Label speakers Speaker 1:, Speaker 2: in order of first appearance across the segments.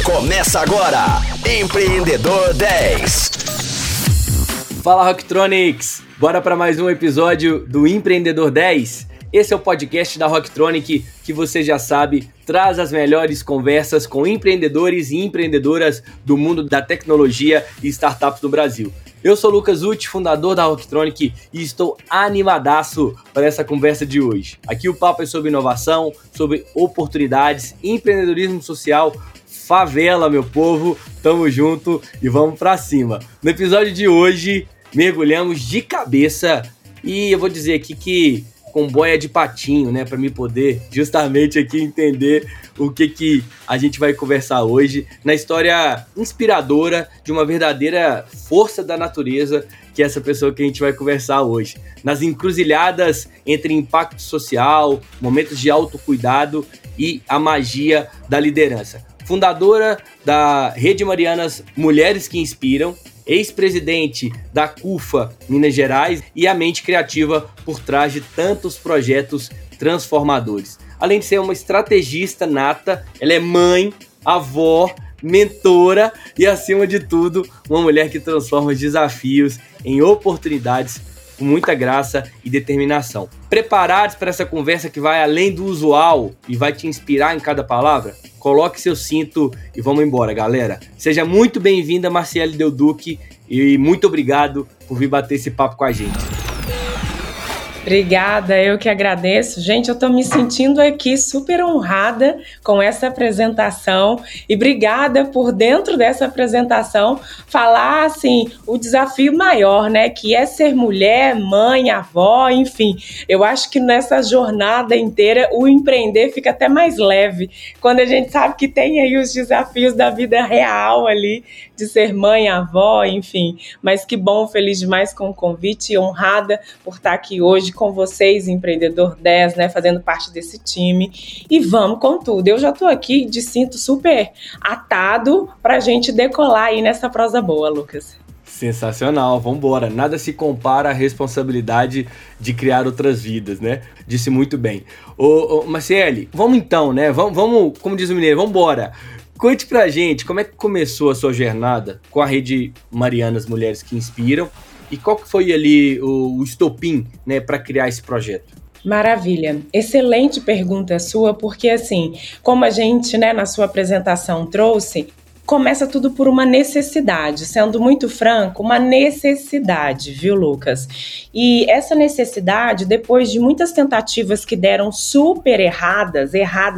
Speaker 1: Começa agora, Empreendedor 10.
Speaker 2: Fala Rocktronics, bora para mais um episódio do Empreendedor 10. Esse é o podcast da Rocktronic que você já sabe, traz as melhores conversas com empreendedores e empreendedoras do mundo da tecnologia e startups do Brasil. Eu sou o Lucas Uti, fundador da Rocktronic, e estou animadaço para essa conversa de hoje. Aqui o papo é sobre inovação, sobre oportunidades, empreendedorismo social, favela, meu povo, tamo junto e vamos pra cima. No episódio de hoje, mergulhamos de cabeça e eu vou dizer aqui que com boia de patinho, né, para me poder justamente aqui entender o que a gente vai conversar hoje na história inspiradora de uma verdadeira força da natureza, que é essa pessoa que a gente vai conversar hoje. Nas encruzilhadas entre impacto social, momentos de autocuidado e a magia da liderança. Fundadora da Rede Marianas Mulheres que Inspiram, ex-presidente da CUFA Minas Gerais e a mente criativa por trás de tantos projetos transformadores. Além de ser uma estrategista nata, ela é mãe, avó, mentora e, acima de tudo, uma mulher que transforma os desafios em oportunidades com muita graça e determinação. Preparados para essa conversa que vai além do usual e vai te inspirar em cada palavra? Coloque seu cinto e vamos embora, galera. Seja muito bem-vinda, Marciele Del Duque, e muito obrigado por vir bater esse papo com a gente.
Speaker 3: Obrigada, eu que agradeço. Gente, eu tô me sentindo aqui super honrada com essa apresentação e obrigada por, dentro dessa apresentação, falar, assim, o desafio maior, né, que é ser mulher, mãe, avó, enfim. Eu acho que nessa jornada inteira o empreender fica até mais leve, quando a gente sabe que tem aí os desafios da vida real ali, de ser mãe, avó, enfim. Mas que bom, feliz demais com o convite e honrada por estar aqui hoje com vocês, Empreendedor 10, né, fazendo parte desse time, e vamos com tudo. Eu já tô aqui de cinto super atado pra gente decolar aí nessa prosa boa, Lucas.
Speaker 2: Sensacional, vambora. Nada se compara à responsabilidade de criar outras vidas, né? Disse muito bem. Marciele, vamos então, né? Vamos, como diz o mineiro, vambora. Conte pra gente como é que começou a sua jornada com a Rede Marianas Mulheres que Inspiram e qual que foi ali o estopim, né, para criar esse projeto?
Speaker 3: Maravilha, excelente pergunta sua, porque assim, como a gente, né, na sua apresentação trouxe, começa tudo por uma necessidade, sendo muito franco, uma necessidade, viu, Lucas? E essa necessidade, depois de muitas tentativas que deram super erradas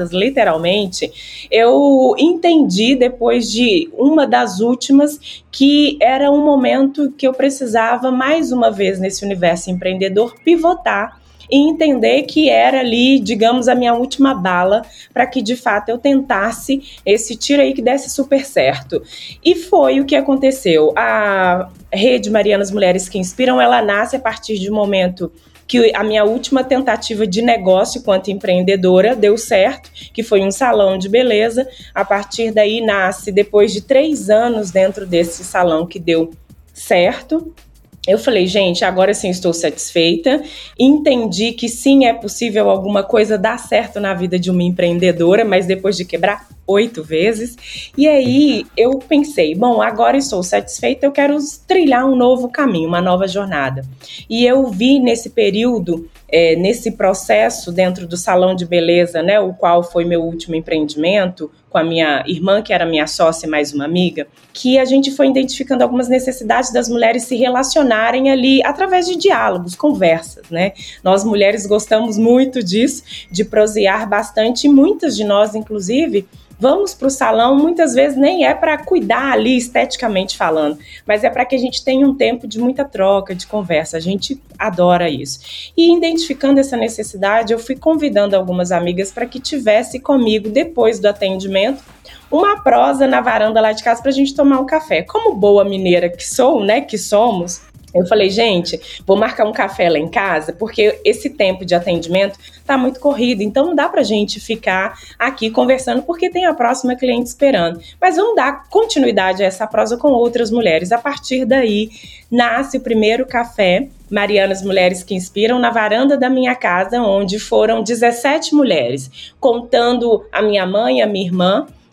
Speaker 3: literalmente, eu entendi depois de uma das últimas que era um momento que eu precisava, mais uma vez nesse universo empreendedor, pivotar e entender que era ali, digamos, a minha última bala para que, de fato, eu tentasse esse tiro aí que desse super certo. E foi o que aconteceu. A Rede Marianas Mulheres que Inspiram, ela nasce a partir de um momento que a minha última tentativa de negócio quanto empreendedora deu certo, que foi um salão de beleza. A partir daí nasce, depois de 3 anos dentro desse salão que deu certo, eu falei, gente, agora sim estou satisfeita, entendi que sim, é possível alguma coisa dar certo na vida de uma empreendedora, mas depois de quebrar 8 vezes, e aí eu pensei, bom, agora estou satisfeita, eu quero trilhar um novo caminho, uma nova jornada. E eu vi nesse período, nesse processo dentro do salão de beleza, né, o qual foi meu último empreendimento, com a minha irmã, que era minha sócia e mais uma amiga, que a gente foi identificando algumas necessidades das mulheres se relacionarem ali através de diálogos, conversas, né? Nós mulheres gostamos muito disso, de prosear bastante, e muitas de nós, inclusive, vamos para o salão, muitas vezes nem é para cuidar ali esteticamente falando, mas é para que a gente tenha um tempo de muita troca, de conversa. A gente adora isso. E identificando essa necessidade, eu fui convidando algumas amigas para que tivesse comigo, depois do atendimento, uma prosa na varanda lá de casa para a gente tomar um café. Como boa mineira que sou, né, que somos, eu falei, gente, vou marcar um café lá em casa, porque esse tempo de atendimento tá muito corrido, então não dá pra gente ficar aqui conversando, porque tem a próxima cliente esperando. Mas vamos dar continuidade a essa prosa com outras mulheres. A partir daí, nasce o primeiro café Marianas Mulheres que Inspiram na varanda da minha casa, onde foram 17 mulheres, contando a minha mãe, a minha irmã,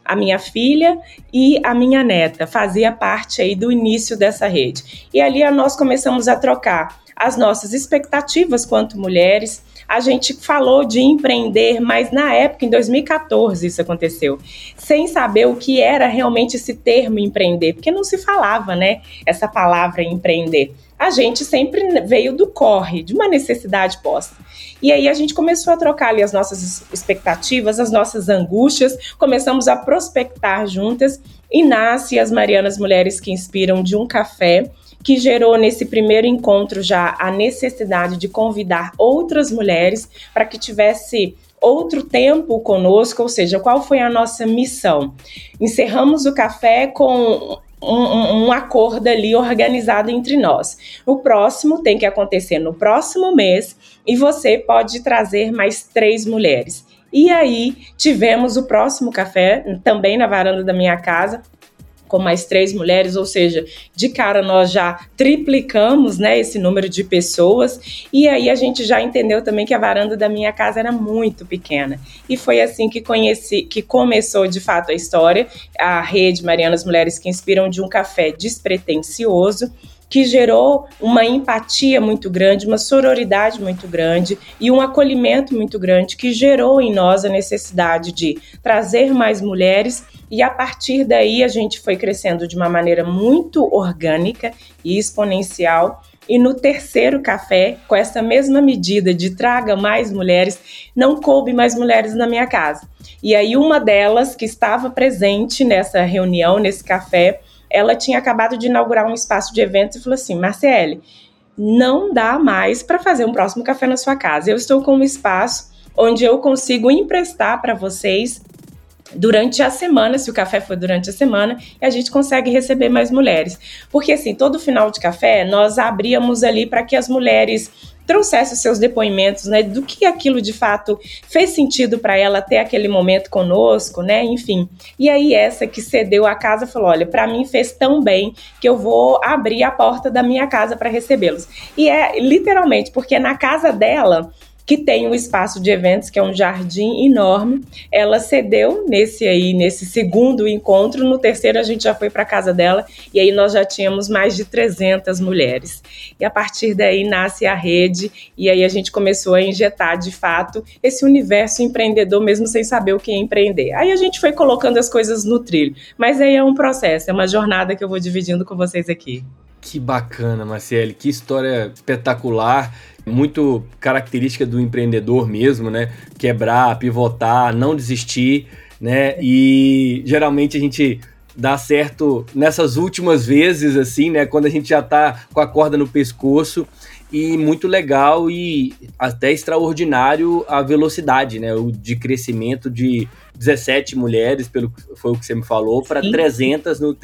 Speaker 3: a minha filha e a minha neta, fazia parte aí do início dessa rede. E ali nós começamos a trocar as nossas expectativas quanto mulheres. A gente falou de empreender, mas na época, em 2014, isso aconteceu, sem saber o que era realmente esse termo empreender, porque não se falava, né, essa palavra empreender. A gente sempre veio do corre, de uma necessidade posta. E aí a gente começou a trocar ali as nossas expectativas, as nossas angústias, começamos a prospectar juntas e nasce as Marianas Mulheres que Inspiram de um café, que gerou nesse primeiro encontro já a necessidade de convidar outras mulheres para que tivesse outro tempo conosco, ou seja, qual foi a nossa missão? Encerramos o café com um acordo ali organizado entre nós. O próximo tem que acontecer no próximo mês e você pode trazer mais 3 mulheres. E aí tivemos o próximo café, também na varanda da minha casa, com mais 3 mulheres, ou seja, de cara nós já triplicamos, né, esse número de pessoas, e aí a gente já entendeu também que a varanda da minha casa era muito pequena, e foi assim que começou de fato a história, a rede Marianas Mulheres que Inspiram de um café despretensioso, que gerou uma empatia muito grande, uma sororidade muito grande e um acolhimento muito grande, que gerou em nós a necessidade de trazer mais mulheres, e a partir daí a gente foi crescendo de uma maneira muito orgânica e exponencial. E no terceiro café, com essa mesma medida de traga mais mulheres, não coube mais mulheres na minha casa. E aí uma delas que estava presente nessa reunião, nesse café, ela tinha acabado de inaugurar um espaço de eventos e falou assim: Marcele, não dá mais para fazer um próximo café na sua casa. Eu estou com um espaço onde eu consigo emprestar para vocês durante a semana, se o café for durante a semana, e a gente consegue receber mais mulheres. Porque assim, todo final de café, nós abríamos ali para que as mulheres trouxessem os seus depoimentos, né, do que aquilo de fato fez sentido para ela ter aquele momento conosco, né, enfim. E aí essa que cedeu a casa falou: olha, para mim fez tão bem que eu vou abrir a porta da minha casa para recebê-los. E é literalmente porque na casa dela, que tem um espaço de eventos, que é um jardim enorme, ela cedeu nesse segundo encontro. No terceiro a gente já foi para a casa dela, e aí nós já tínhamos mais de 300 mulheres. E a partir daí nasce a rede, e aí a gente começou a injetar, de fato, esse universo empreendedor, mesmo sem saber o que é empreender. Aí a gente foi colocando as coisas no trilho, mas aí é um processo, é uma jornada que eu vou dividindo com vocês aqui.
Speaker 2: Que bacana, Marcele, que história espetacular, muito característica do empreendedor mesmo, né? Quebrar, pivotar, não desistir, né? E geralmente a gente dá certo nessas últimas vezes, assim, né? Quando a gente já tá com a corda no pescoço. E muito legal e até extraordinário a velocidade, né? O de crescimento de 17 mulheres, foi o que você me falou, para 300 no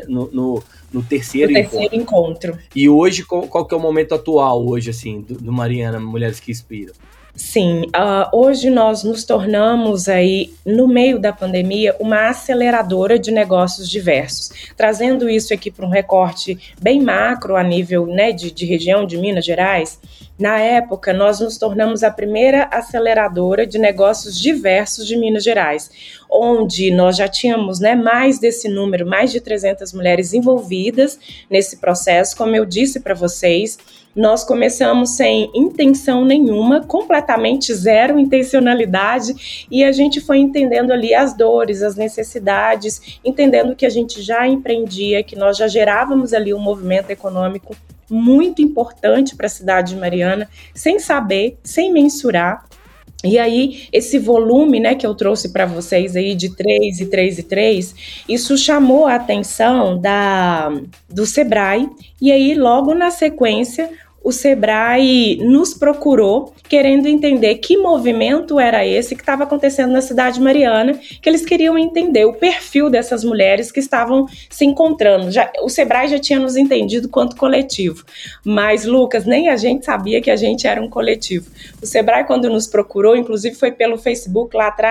Speaker 2: terceiro encontro. E hoje, qual que é o momento atual hoje, assim, do Mariana Mulheres que Inspiram?
Speaker 3: Sim, hoje nós nos tornamos aí, no meio da pandemia, uma aceleradora de negócios diversos, trazendo isso aqui para um recorte bem macro a nível, né, de região de Minas Gerais. Na época, nós nos tornamos a primeira aceleradora de negócios diversos de Minas Gerais, onde nós já tínhamos, né, mais desse número, mais de 300 mulheres envolvidas nesse processo. Como eu disse para vocês, nós começamos sem intenção nenhuma, completamente zero intencionalidade, e a gente foi entendendo ali as dores, as necessidades, entendendo que a gente já empreendia, que nós já gerávamos ali um movimento econômico muito importante para a cidade de Mariana, sem saber, sem mensurar. E aí, esse volume, né, que eu trouxe para vocês aí de 3 e 3 e 3, isso chamou a atenção do Sebrae, e aí logo na sequência o Sebrae nos procurou, querendo entender que movimento era esse que estava acontecendo na cidade de Mariana, que eles queriam entender o perfil dessas mulheres que estavam se encontrando. O Sebrae já tinha nos entendido quanto coletivo, mas, Lucas, nem a gente sabia que a gente era um coletivo. O Sebrae, quando nos procurou, inclusive foi pelo Facebook lá atrás,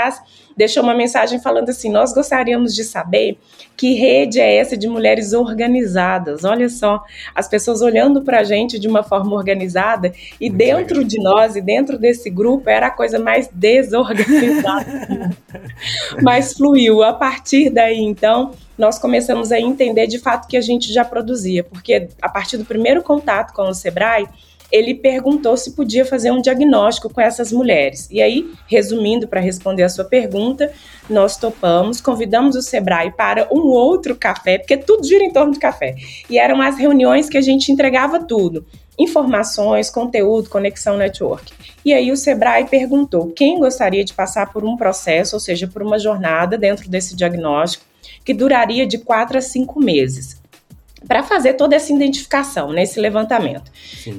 Speaker 3: deixou uma mensagem falando assim: nós gostaríamos de saber que rede é essa de mulheres organizadas. Olha só, as pessoas olhando para a gente de uma forma organizada, e muito dentro legal. De nós e dentro desse grupo era a coisa mais desorganizada, mas fluiu. A partir daí, então, nós começamos a entender de fato que a gente já produzia, porque a partir do primeiro contato com o Sebrae, ele perguntou se podia fazer um diagnóstico com essas mulheres. E aí, resumindo, para responder a sua pergunta, nós topamos, convidamos o Sebrae para um outro café, porque tudo gira em torno de café. E eram as reuniões que a gente entregava tudo: informações, conteúdo, conexão, network. E aí o Sebrae perguntou quem gostaria de passar por um processo, ou seja, por uma jornada dentro desse diagnóstico, que duraria de 4 a 5 meses. Para fazer toda essa identificação, nesse levantamento. Sim.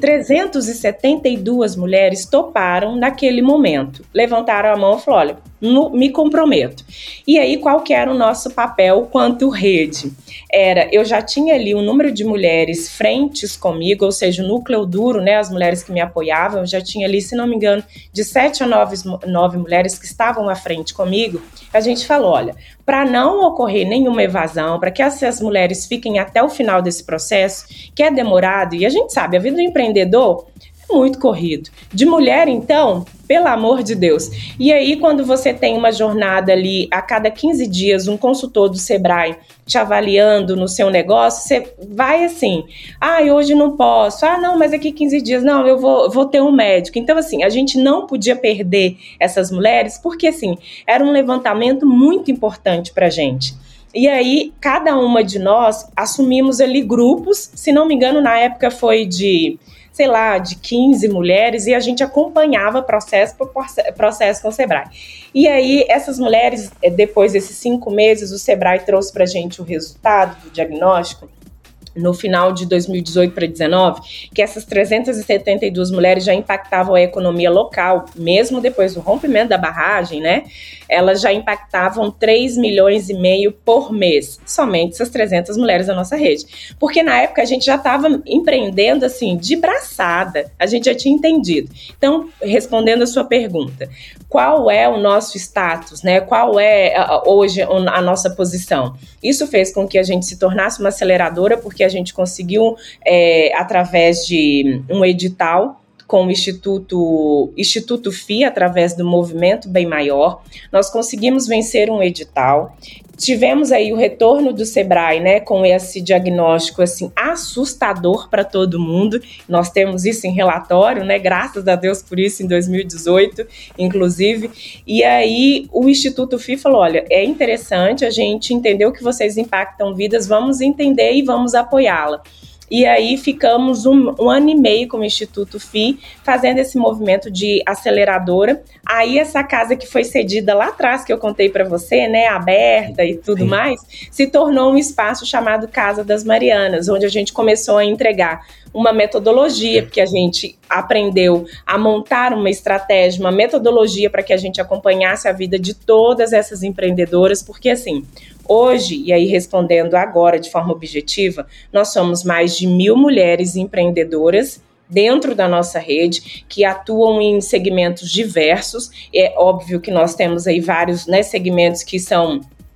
Speaker 3: 372 mulheres toparam naquele momento, levantaram a mão e falaram: olha, me comprometo. E aí, qual que era o nosso papel quanto rede? Eu já tinha ali um número de mulheres frentes comigo, ou seja, o núcleo duro, né, as mulheres que me apoiavam, eu já tinha ali, se não me engano, de 7 a 9 mulheres que estavam à frente comigo. A gente falou: olha, para não ocorrer nenhuma evasão, para que essas mulheres fiquem até o final desse processo, que é demorado, e a gente sabe, a vida do empreendedor é muito corrido. De mulher, então, pelo amor de Deus. E aí, quando você tem uma jornada ali, a cada 15 dias, um consultor do Sebrae te avaliando no seu negócio, você vai assim: hoje não posso, não, mas aqui 15 dias, não, eu vou ter um médico. Então, assim, a gente não podia perder essas mulheres, porque, assim, era um levantamento muito importante pra gente. E aí, cada uma de nós assumimos ali grupos, se não me engano, na época foi de 15 mulheres, e a gente acompanhava processo por processo com o Sebrae. E aí, essas mulheres, depois desses 5 meses, o Sebrae trouxe pra gente o resultado do diagnóstico, no final de 2018 para 2019, que essas 372 mulheres já impactavam a economia local, mesmo depois do rompimento da barragem, né? Elas já impactavam 3,5 milhões por mês, somente essas 300 mulheres da nossa rede. Porque na época a gente já estava empreendendo assim, de braçada, a gente já tinha entendido. Então, respondendo a sua pergunta, qual é o nosso status, né? Qual é hoje a nossa posição? Isso fez com que a gente se tornasse uma aceleradora, porque a gente conseguiu, através de um edital com o Instituto FI, através do Movimento Bem Maior, nós conseguimos vencer um edital. Tivemos aí o retorno do Sebrae, né, com esse diagnóstico assim, assustador para todo mundo. Nós temos isso em relatório, né, graças a Deus por isso, em 2018, inclusive. E aí o Instituto FI falou: olha, é interessante, a gente entendeu que vocês impactam vidas, vamos entender e vamos apoiá-la. E aí ficamos um ano e meio com o Instituto FI, fazendo esse movimento de aceleradora. Aí essa casa que foi cedida lá atrás, que eu contei para você, né, aberta e tudo mais, se tornou um espaço chamado Casa das Marianas, onde a gente começou a entregar uma metodologia, porque a gente aprendeu a montar uma estratégia, uma metodologia para que a gente acompanhasse a vida de todas essas empreendedoras, porque assim, hoje, e aí respondendo agora de forma objetiva, nós somos mais de 1.000 mulheres empreendedoras dentro da nossa rede, que atuam em segmentos diversos. É óbvio que nós temos aí vários, né, segmentos que são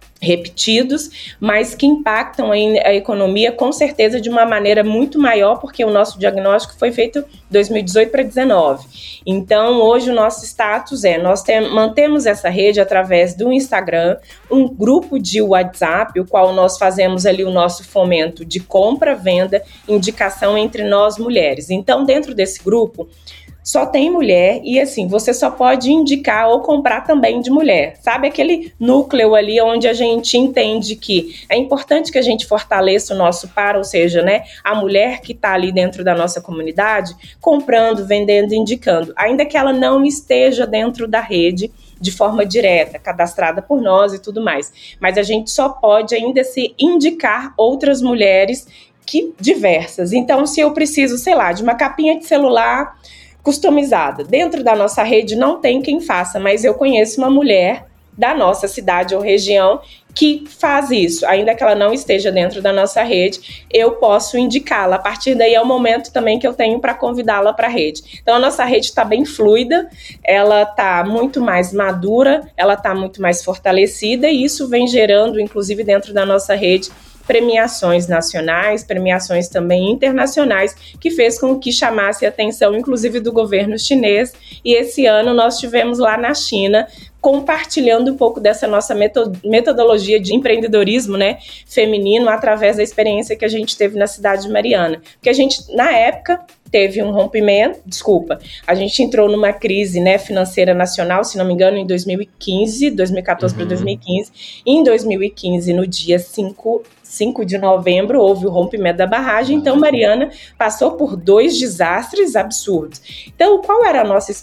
Speaker 3: repetidos, mas que impactam a economia com certeza de uma maneira muito maior, porque o nosso diagnóstico foi feito 2018 para 2019. Então, hoje o nosso status nós mantemos essa rede através do Instagram, um grupo de WhatsApp, o qual nós fazemos ali o nosso fomento de compra, venda, indicação entre nós mulheres. Então, dentro desse grupo, só tem mulher e, assim, você só pode indicar ou comprar também de mulher. Sabe aquele núcleo ali onde a gente entende que é importante que a gente fortaleça o nosso par, ou seja, né, a mulher que está ali dentro da nossa comunidade, comprando, vendendo, indicando, ainda que ela não esteja dentro da rede de forma direta, cadastrada por nós e tudo mais. Mas a gente só pode ainda se indicar outras mulheres diversas. Então, se eu preciso, de uma capinha de celular customizada. Dentro da nossa rede não tem quem faça, mas eu conheço uma mulher da nossa cidade ou região que faz isso, ainda que ela não esteja dentro da nossa rede, eu posso indicá-la. A partir daí é o momento também que eu tenho para convidá-la para a rede. Então a nossa rede está bem fluida, ela está muito mais madura, ela está muito mais fortalecida e isso vem gerando, inclusive dentro da nossa rede, premiações nacionais, premiações também internacionais, que fez com que chamasse a atenção, inclusive do governo chinês, e esse ano nós tivemos lá na China, compartilhando um pouco dessa nossa metodologia de empreendedorismo, né, feminino, através da experiência que a gente teve na cidade de Mariana. Porque a gente, na época, teve um rompimento, a gente entrou numa crise, né, financeira nacional, se não me engano, em 2014 para 2015. Em 2015, no dia 5 de novembro, houve o rompimento da barragem, então Mariana passou por 2 desastres absurdos. Então, qual era a nossa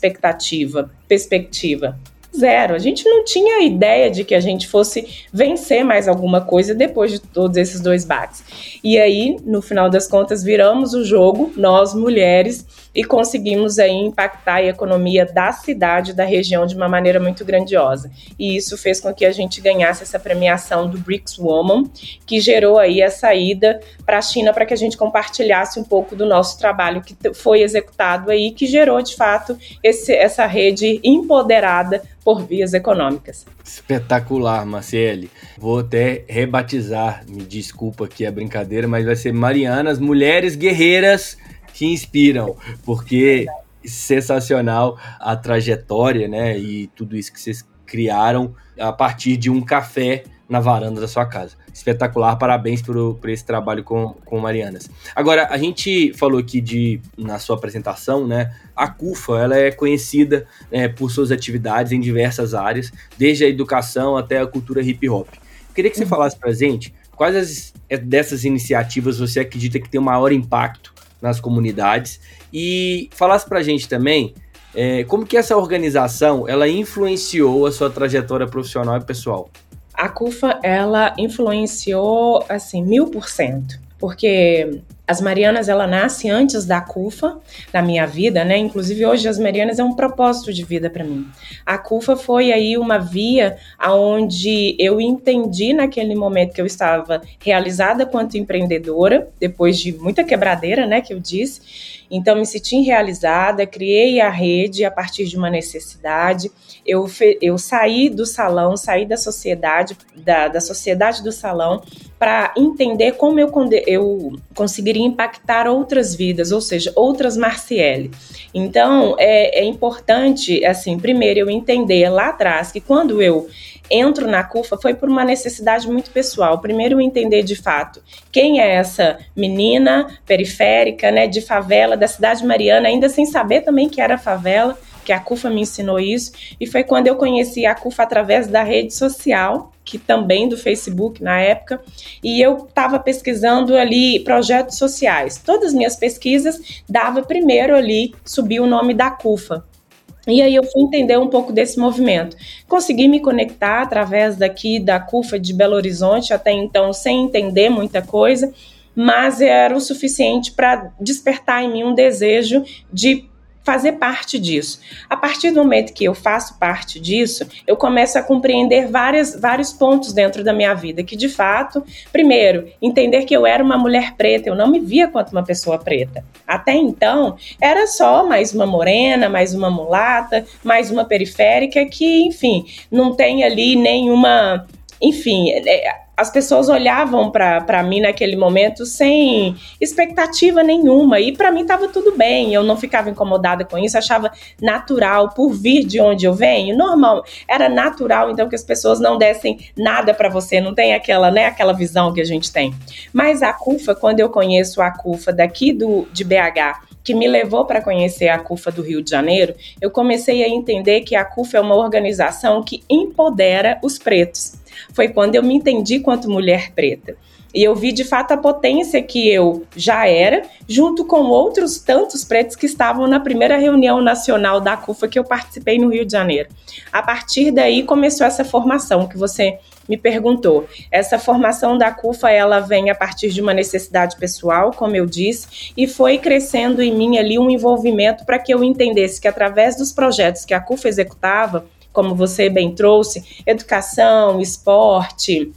Speaker 3: perspectiva? Zero. A gente não tinha ideia de que a gente fosse vencer mais alguma coisa depois de todos esses 2 baques. E aí, no final das contas, viramos o jogo, nós mulheres, e conseguimos aí impactar a economia da cidade, da região, de uma maneira muito grandiosa. E isso fez com que a gente ganhasse essa premiação do BRICS Woman, que gerou aí a saída para a China para que a gente compartilhasse um pouco do nosso trabalho que foi executado aí, que gerou, de fato, essa rede empoderada por vias econômicas.
Speaker 2: Espetacular, Marciele. Vou até rebatizar, me desculpa aqui a brincadeira, mas vai ser Marianas, Mulheres Guerreiras que Inspiram, porque sensacional a trajetória, né, e tudo isso que vocês criaram a partir de um café na varanda da sua casa. Espetacular, parabéns por esse trabalho com Marianas. Agora, a gente falou aqui na sua apresentação, né, a CUFA, ela é conhecida, né, por suas atividades em diversas áreas, desde a educação até a cultura hip hop. Queria que você falasse pra gente quais dessas iniciativas você acredita que tem o maior impacto nas comunidades e falasse pra gente também como que essa organização ela influenciou a sua trajetória profissional e pessoal.
Speaker 3: A CUFA, ela influenciou, assim, 1000%, porque as Marianas, ela nasce antes da CUFA, na minha vida, né? Inclusive, hoje, as Marianas é um propósito de vida para mim. A CUFA foi aí uma via onde eu entendi naquele momento que eu estava realizada quanto empreendedora, depois de muita quebradeira, né, que eu disse. Então, me senti realizada, criei a rede a partir de uma necessidade. Eu saí do salão, saí da sociedade, da sociedade do salão, para entender como eu conseguiria impactar outras vidas, ou seja, outras Marciele. Então, é importante, assim, primeiro eu entender lá atrás que quando eu entro na CUFA foi por uma necessidade muito pessoal. Primeiro, entender de fato quem é essa menina periférica, né, de favela, da cidade de Mariana, ainda sem saber também que era favela, que a CUFA me ensinou isso, e foi quando eu conheci a CUFA através da rede social, que também do Facebook na época, e eu estava pesquisando ali projetos sociais. Todas as minhas pesquisas dava primeiro ali, subia o nome da CUFA. E aí eu fui entender um pouco desse movimento. Consegui me conectar através daqui da CUFA de Belo Horizonte, até então sem entender muita coisa, mas era o suficiente para despertar em mim um desejo de fazer parte disso. A partir do momento que eu faço parte disso, eu começo a compreender vários pontos dentro da minha vida, que de fato, primeiro, entender que eu era uma mulher preta, eu não me via quanto uma pessoa preta. Até então, era só mais uma morena, mais uma mulata, mais uma periférica que, enfim, não tem ali nenhuma... Enfim, as pessoas olhavam para mim naquele momento sem expectativa nenhuma, e para mim estava tudo bem, eu não ficava incomodada com isso, achava natural, por vir de onde eu venho, normal, era natural, então, que as pessoas não dessem nada para você, não tem aquela, né, aquela visão que a gente tem. Mas a CUFA, quando eu conheço a CUFA daqui de BH, que me levou para conhecer a CUFA do Rio de Janeiro, eu comecei a entender que a CUFA é uma organização que empodera os pretos. Foi quando eu me entendi quanto mulher preta. E eu vi de fato a potência que eu já era, junto com outros tantos pretos que estavam na primeira reunião nacional da CUFA que eu participei no Rio de Janeiro. A partir daí começou essa formação que você me perguntou. Essa formação da CUFA, ela vem a partir de uma necessidade pessoal, como eu disse, e foi crescendo em mim ali um envolvimento para que eu entendesse que através dos projetos que a CUFA executava, como você bem trouxe, educação, esporte,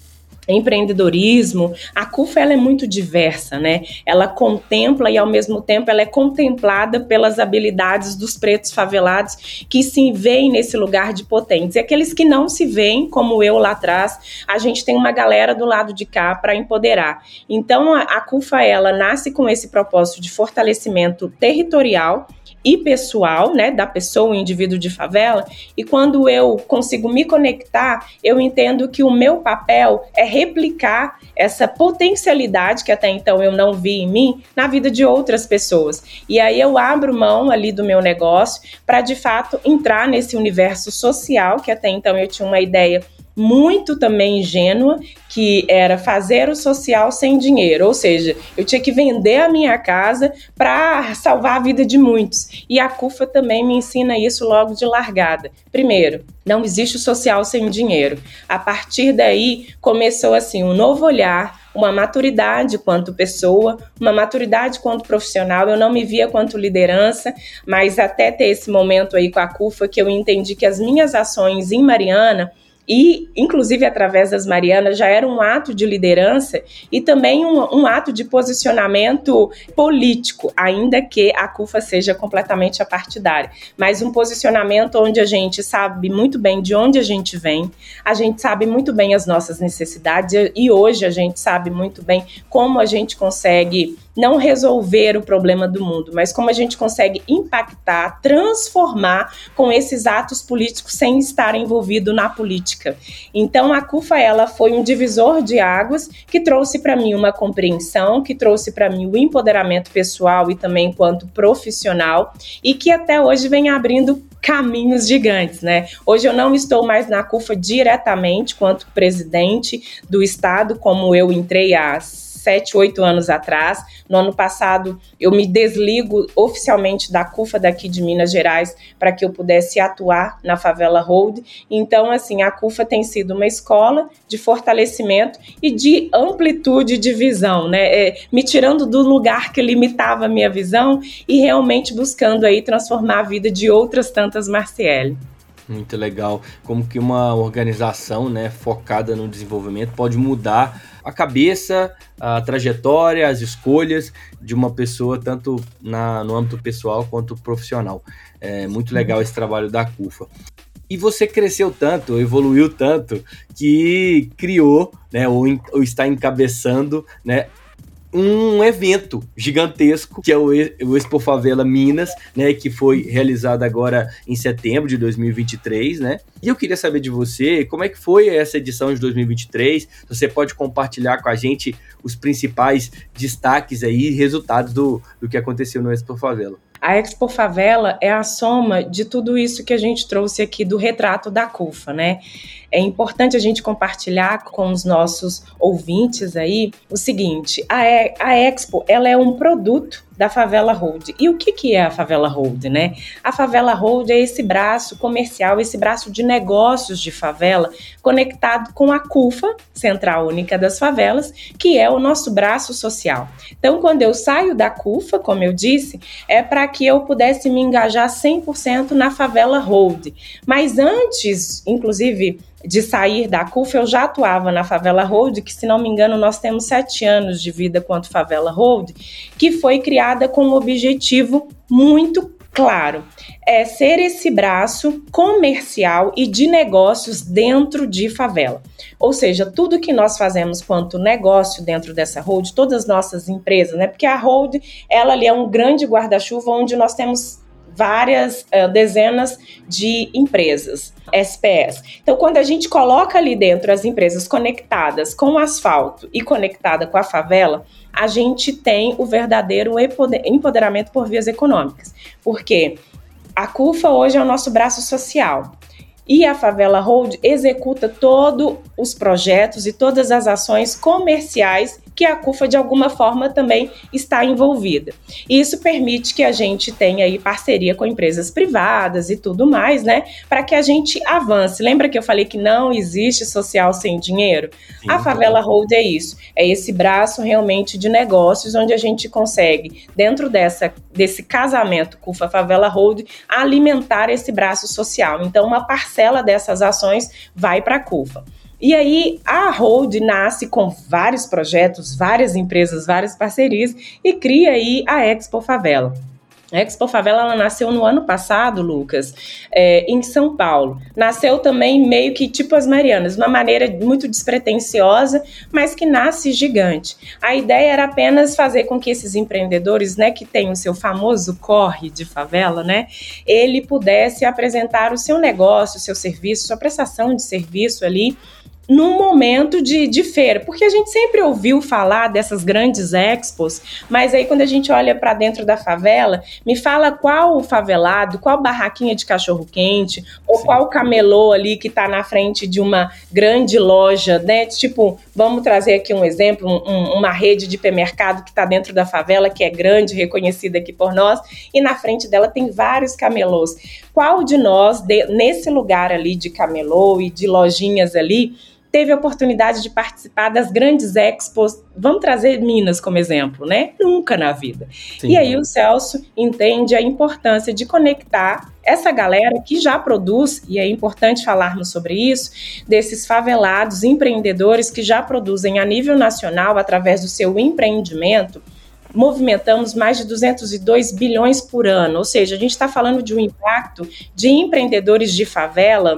Speaker 3: empreendedorismo, a CUFA ela é muito diversa, né? Ela contempla e ao mesmo tempo ela é contemplada pelas habilidades dos pretos favelados que se veem nesse lugar de potentes. E aqueles que não se veem, como eu lá atrás, a gente tem uma galera do lado de cá para empoderar. Então a CUFA ela nasce com esse propósito de fortalecimento territorial e pessoal, né, da pessoa, o indivíduo de favela, e quando eu consigo me conectar, eu entendo que o meu papel é replicar essa potencialidade que até então eu não vi em mim, na vida de outras pessoas. E aí eu abro mão ali do meu negócio para, de fato, entrar nesse universo social, que até então eu tinha uma ideia muito também ingênua, que era fazer o social sem dinheiro, ou seja, eu tinha que vender a minha casa para salvar a vida de muitos. E a CUFA também me ensina isso logo de largada. Primeiro, não existe o social sem dinheiro. A partir daí, começou assim um novo olhar, uma maturidade quanto pessoa, uma maturidade quanto profissional. Eu não me via quanto liderança, mas até ter esse momento aí com a CUFA que eu entendi que as minhas ações em Mariana e, inclusive, através das Marianas, já era um ato de liderança e também um ato de posicionamento político, ainda que a CUFA seja completamente apartidária. Mas um posicionamento onde a gente sabe muito bem de onde a gente vem, a gente sabe muito bem as nossas necessidades e hoje a gente sabe muito bem como a gente consegue não resolver o problema do mundo, mas como a gente consegue impactar, transformar com esses atos políticos sem estar envolvido na política. Então a CUFA ela foi um divisor de águas que trouxe para mim uma compreensão, que trouxe para mim o empoderamento pessoal e também enquanto profissional e que até hoje vem abrindo caminhos gigantes, né? Hoje eu não estou mais na CUFA diretamente quanto presidente do estado, como eu entrei há 7, 8 anos atrás. No ano passado, eu me desligo oficialmente da CUFA daqui de Minas Gerais para que eu pudesse atuar na Favela Hold. Então, assim, a CUFA tem sido uma escola de fortalecimento e de amplitude de visão, né? Me tirando do lugar que limitava a minha visão e realmente buscando aí transformar a vida de outras tantas Marciele.
Speaker 2: Muito legal. Como que uma organização, né, focada no desenvolvimento pode mudar a cabeça, a trajetória, as escolhas de uma pessoa, tanto no âmbito pessoal quanto profissional. É muito legal esse trabalho da CUFA. E você cresceu tanto, evoluiu tanto, que criou, né, ou está encabeçando, né, um evento gigantesco, que é o Expo Favela Minas, né, que foi realizado agora em setembro de 2023, né? E eu queria saber de você, como é que foi essa edição de 2023? Você pode compartilhar com a gente os principais destaques aí, resultados do que aconteceu no Expo Favela.
Speaker 3: A Expo Favela é a soma de tudo isso que a gente trouxe aqui do retrato da CUFA, né? É importante a gente compartilhar com os nossos ouvintes aí o seguinte, a Expo, ela é um produto da Favela Hold. E o que é a Favela Hold, né? A Favela Hold é esse braço comercial, esse braço de negócios de favela conectado com a CUFA, Central Única das Favelas, que é o nosso braço social. Então, quando eu saio da CUFA, como eu disse, é para que eu pudesse me engajar 100% na Favela Hold. Mas antes, inclusive, de sair da CUFA, eu já atuava na Favela Hold, que, se não me engano, nós temos 7 anos de vida quanto Favela Hold, que foi criada com um objetivo muito claro, é ser esse braço comercial e de negócios dentro de favela. Ou seja, tudo que nós fazemos quanto negócio dentro dessa hold, todas as nossas empresas, né? Porque a hold, ela ali é um grande guarda-chuva onde nós temos várias dezenas de empresas, SPS. Então, quando a gente coloca ali dentro as empresas conectadas com o asfalto e conectada com a favela, a gente tem o verdadeiro empoderamento por vias econômicas. Porque a CUFA hoje é o nosso braço social. E a Favela Hold executa todos os projetos e todas as ações comerciais que a CUFA, de alguma forma, também está envolvida. E isso permite que a gente tenha aí parceria com empresas privadas e tudo mais, né? Para que a gente avance. Lembra que eu falei que não existe social sem dinheiro? Sim, a Favela Hold é isso. É esse braço realmente de negócios onde a gente consegue, dentro desse casamento CUFA Favela Hold, alimentar esse braço social. Então, uma parcela dessas ações vai para a CUFA. E aí a Hold nasce com vários projetos, várias empresas, várias parcerias e cria aí a Expo Favela. A Expo Favela ela nasceu no ano passado, Lucas, em São Paulo. Nasceu também meio que tipo as Marianas, uma maneira muito despretensiosa, mas que nasce gigante. A ideia era apenas fazer com que esses empreendedores, né, que têm o seu famoso corre de favela, né, ele pudesse apresentar o seu negócio, o seu serviço, sua prestação de serviço ali, num momento de feira, porque a gente sempre ouviu falar dessas grandes expos, mas aí quando a gente olha para dentro da favela, me fala qual favelado, qual barraquinha de cachorro-quente, ou qual camelô ali que está na frente de uma grande loja, né? Tipo, vamos trazer aqui um exemplo, uma rede de hipermercado que está dentro da favela, que é grande, reconhecida aqui por nós, e na frente dela tem vários camelôs. Qual de nós, nesse lugar ali de camelô e de lojinhas ali, teve a oportunidade de participar das grandes expos? Vamos trazer Minas como exemplo, né? Nunca na vida. Sim. E aí o Celso entende a importância de conectar essa galera que já produz, e é importante falarmos sobre isso, desses favelados empreendedores que já produzem a nível nacional através do seu empreendimento. Movimentamos mais de 202 bilhões por ano, ou seja, a gente está falando de um impacto de empreendedores de favela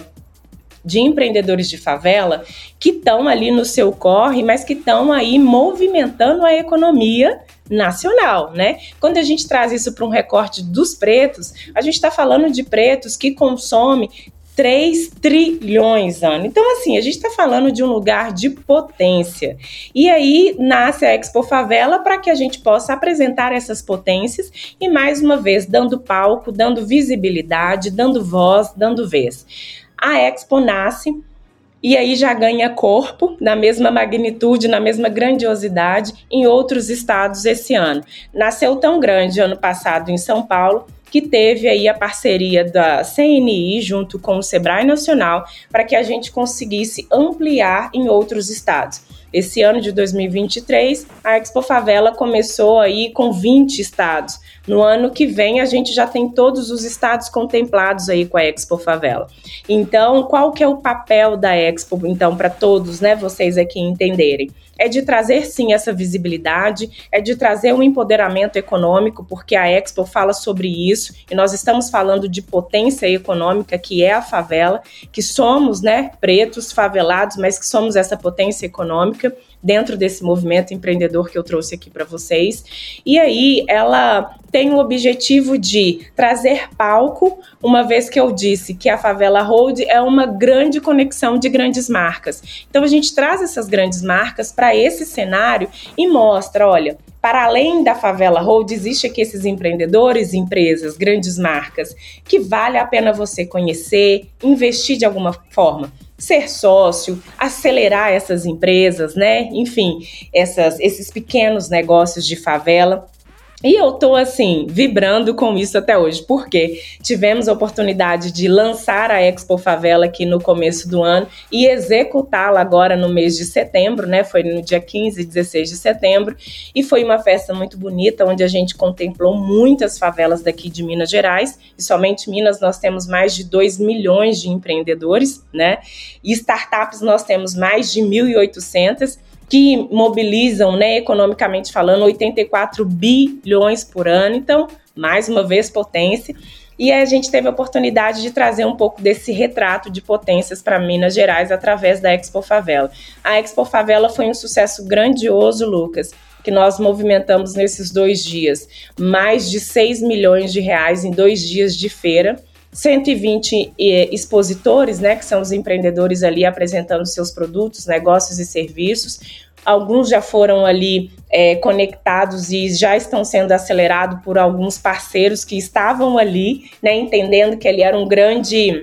Speaker 3: que estão ali no seu corre, mas que estão aí movimentando a economia nacional, né? Quando a gente traz isso para um recorte dos pretos, a gente está falando de pretos que consomem 3 trilhões ano. Então, assim, a gente está falando de um lugar de potência. E aí nasce a Expo Favela para que a gente possa apresentar essas potências e, mais uma vez, dando palco, dando visibilidade, dando voz, dando vez. A Expo nasce e aí já ganha corpo na mesma magnitude, na mesma grandiosidade em outros estados esse ano. Nasceu tão grande ano passado em São Paulo que teve aí a parceria da CNI junto com o Sebrae Nacional para que a gente conseguisse ampliar em outros estados. Esse ano de 2023, a Expo Favela começou aí com 20 estados. No ano que vem, a gente já tem todos os estados contemplados aí com a Expo Favela. Então, qual que é o papel da Expo, então, para todos, né, vocês aqui entenderem? É de trazer, sim, essa visibilidade, é de trazer um empoderamento econômico, porque a Expo fala sobre isso, e nós estamos falando de potência econômica, que é a favela, que somos, né, pretos, favelados, mas que somos essa potência econômica dentro desse movimento empreendedor que eu trouxe aqui para vocês. E aí, ela tem o objetivo de trazer palco, uma vez que eu disse que a Favela Hold é uma grande conexão de grandes marcas. Então, a gente traz essas grandes marcas para esse cenário e mostra, olha, para além da Favela Hold, existe aqui esses empreendedores, empresas, grandes marcas, que vale a pena você conhecer, investir de alguma forma, ser sócio, acelerar essas empresas, né? Enfim, esses pequenos negócios de favela. E eu tô, assim, vibrando com isso até hoje, porque tivemos a oportunidade de lançar a Expo Favela aqui no começo do ano e executá-la agora no mês de setembro, né? Foi no dia 15 e 16 de setembro, e foi uma festa muito bonita, onde a gente contemplou muitas favelas daqui de Minas Gerais, e somente em Minas nós temos mais de 2 milhões de empreendedores, né? E startups nós temos mais de 1.800, que mobilizam, né, economicamente falando, 84 bilhões por ano. Então, mais uma vez, potência. E a gente teve a oportunidade de trazer um pouco desse retrato de potências para Minas Gerais através da Expo Favela. A Expo Favela foi um sucesso grandioso, Lucas, que nós movimentamos nesses 2 dias. Mais de 6 milhões de reais em 2 dias de feira. 120 expositores, né, que são os empreendedores ali apresentando seus produtos, negócios e serviços. Alguns já foram ali conectados e já estão sendo acelerados por alguns parceiros que estavam ali, né, entendendo que ali era um grande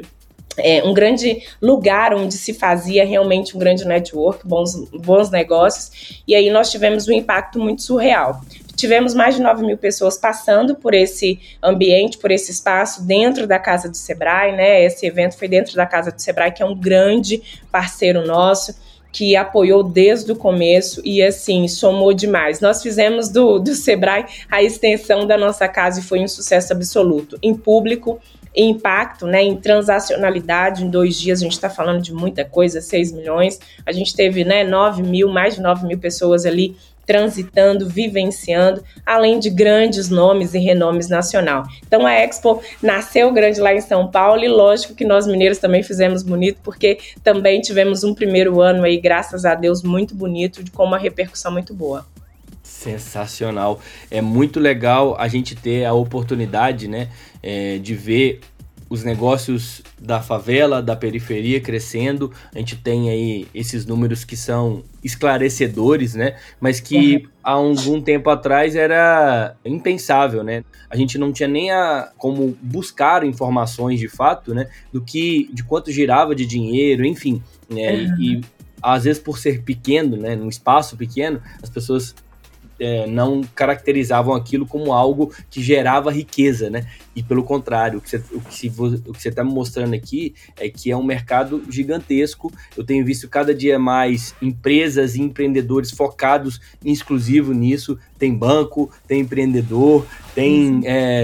Speaker 3: lugar onde se fazia realmente um grande network, bons negócios. E aí nós tivemos um impacto muito surreal. Tivemos mais de 9 mil pessoas passando por esse ambiente, por esse espaço dentro da Casa do Sebrae, né? Esse evento foi dentro da Casa do Sebrae, que é um grande parceiro nosso, que apoiou desde o começo e, assim, somou demais. Nós fizemos do Sebrae a extensão da nossa casa e foi um sucesso absoluto, em público, impacto, né, em transacionalidade. Em 2 dias a gente está falando de muita coisa, 6 milhões. A gente teve, né, mais de 9 mil pessoas ali transitando, vivenciando, além de grandes nomes e renomes nacional. Então a Expo nasceu grande lá em São Paulo e lógico que nós mineiros também fizemos bonito, porque também tivemos um primeiro ano aí, graças a Deus, muito bonito, com uma repercussão muito boa.
Speaker 2: Sensacional. É muito legal a gente ter a oportunidade, né, de ver os negócios da favela, da periferia crescendo. A gente tem aí esses números que são esclarecedores, né? Mas que há algum tempo atrás era impensável, né? A gente não tinha nem como buscar informações de fato, né? De quanto girava de dinheiro, enfim. Né? E às vezes por ser pequeno, né? Num espaço pequeno, as pessoas não caracterizavam aquilo como algo que gerava riqueza, né? E pelo contrário, o que você está me mostrando aqui é que é um mercado gigantesco. Eu tenho visto cada dia mais empresas e empreendedores focados em exclusivo nisso. Tem banco, tem empreendedor, tem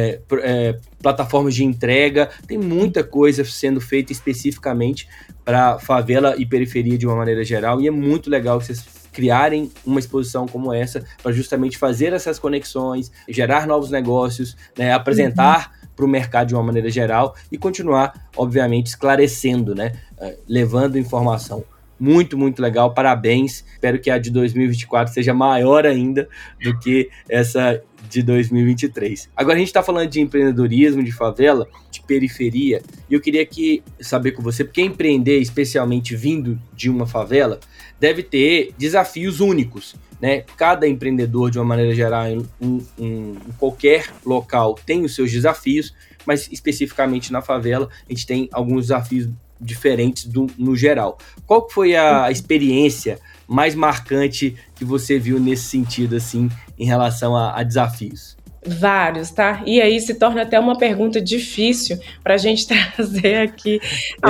Speaker 2: plataformas de entrega, tem muita coisa sendo feita especificamente para favela e periferia de uma maneira geral, e é muito legal que vocês criarem uma exposição como essa para justamente fazer essas conexões, gerar novos negócios, né, apresentar para o mercado de uma maneira geral e continuar, obviamente, esclarecendo, né, levando informação. Muito, muito legal, parabéns. Espero que a de 2024 seja maior ainda do que essa de 2023. Agora a gente está falando de empreendedorismo, de favela, de periferia, e eu queria saber com você, porque empreender, especialmente vindo de uma favela, deve ter desafios únicos, né? Cada empreendedor, de uma maneira geral, em qualquer local, tem os seus desafios, mas especificamente na favela, a gente tem alguns desafios diferentes no geral. Qual foi a experiência mais marcante que você viu nesse sentido, assim, em relação a desafios?
Speaker 3: Vários, tá? E aí se torna até uma pergunta difícil para a gente trazer aqui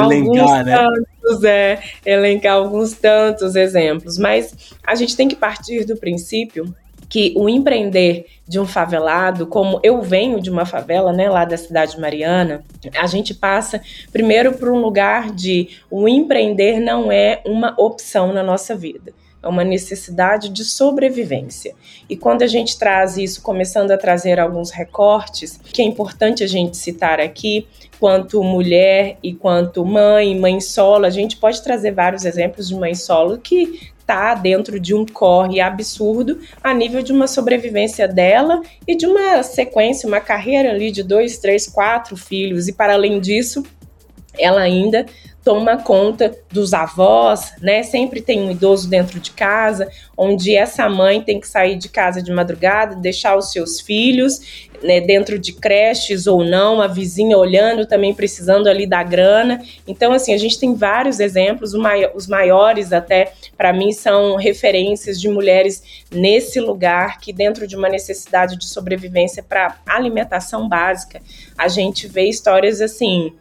Speaker 3: elencar alguns tantos exemplos. Mas a gente tem que partir do princípio que o empreender de um favelado, como eu venho de uma favela, né, lá da cidade de Mariana, a gente passa primeiro por um lugar de o empreender não é uma opção na nossa vida. É uma necessidade de sobrevivência. E quando a gente traz isso, começando a trazer alguns recortes, que é importante a gente citar aqui, quanto mulher e quanto mãe solo, a gente pode trazer vários exemplos de mãe solo que está dentro de um corre absurdo a nível de uma sobrevivência dela e de uma sequência, uma carreira ali de 2, 3, 4 filhos. E para além disso, ela ainda toma conta dos avós, né? Sempre tem um idoso dentro de casa, onde essa mãe tem que sair de casa de madrugada, deixar os seus filhos, né, dentro de creches ou não, a vizinha olhando, também precisando ali da grana. Então, assim, a gente tem vários exemplos, os maiores até, para mim, são referências de mulheres nesse lugar, que dentro de uma necessidade de sobrevivência para alimentação básica, a gente vê histórias assim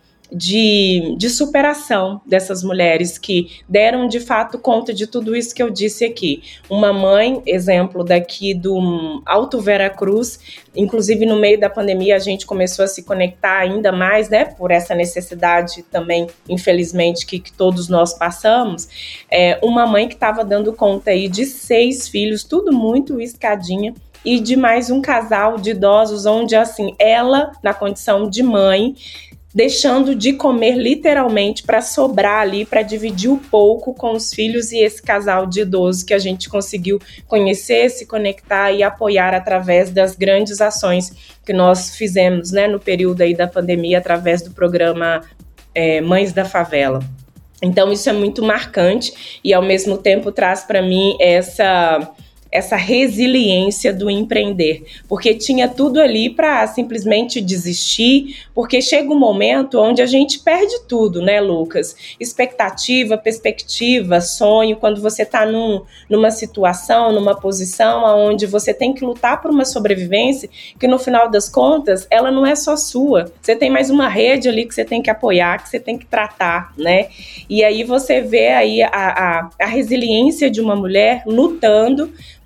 Speaker 3: de superação dessas mulheres que deram de fato conta de tudo isso que eu disse aqui. Uma mãe, exemplo daqui do Alto Veracruz, inclusive no meio da pandemia a gente começou a se conectar ainda mais, né, por essa necessidade também, infelizmente, que todos nós passamos. Uma mãe que estava dando conta aí de 6 filhos, tudo muito escadinha, e de mais um casal de idosos, onde assim, ela, na condição de mãe, deixando de comer literalmente para sobrar ali, para dividir o pouco com os filhos e esse casal de idosos que a gente conseguiu conhecer, se conectar e apoiar através das grandes ações que nós fizemos, né, no período aí da pandemia, através do programa Mães da Favela. Então isso é muito marcante e ao mesmo tempo traz para mim essa resiliência do empreender, porque tinha tudo ali para simplesmente desistir, porque chega um momento onde a gente perde tudo, né, Lucas? Expectativa, perspectiva, sonho, quando você está numa situação, numa posição onde você tem que lutar por uma sobrevivência, que no final das contas, ela não é só sua, você tem mais uma rede ali que você tem que apoiar, que você tem que tratar, né? E aí você vê aí a resiliência de uma mulher lutando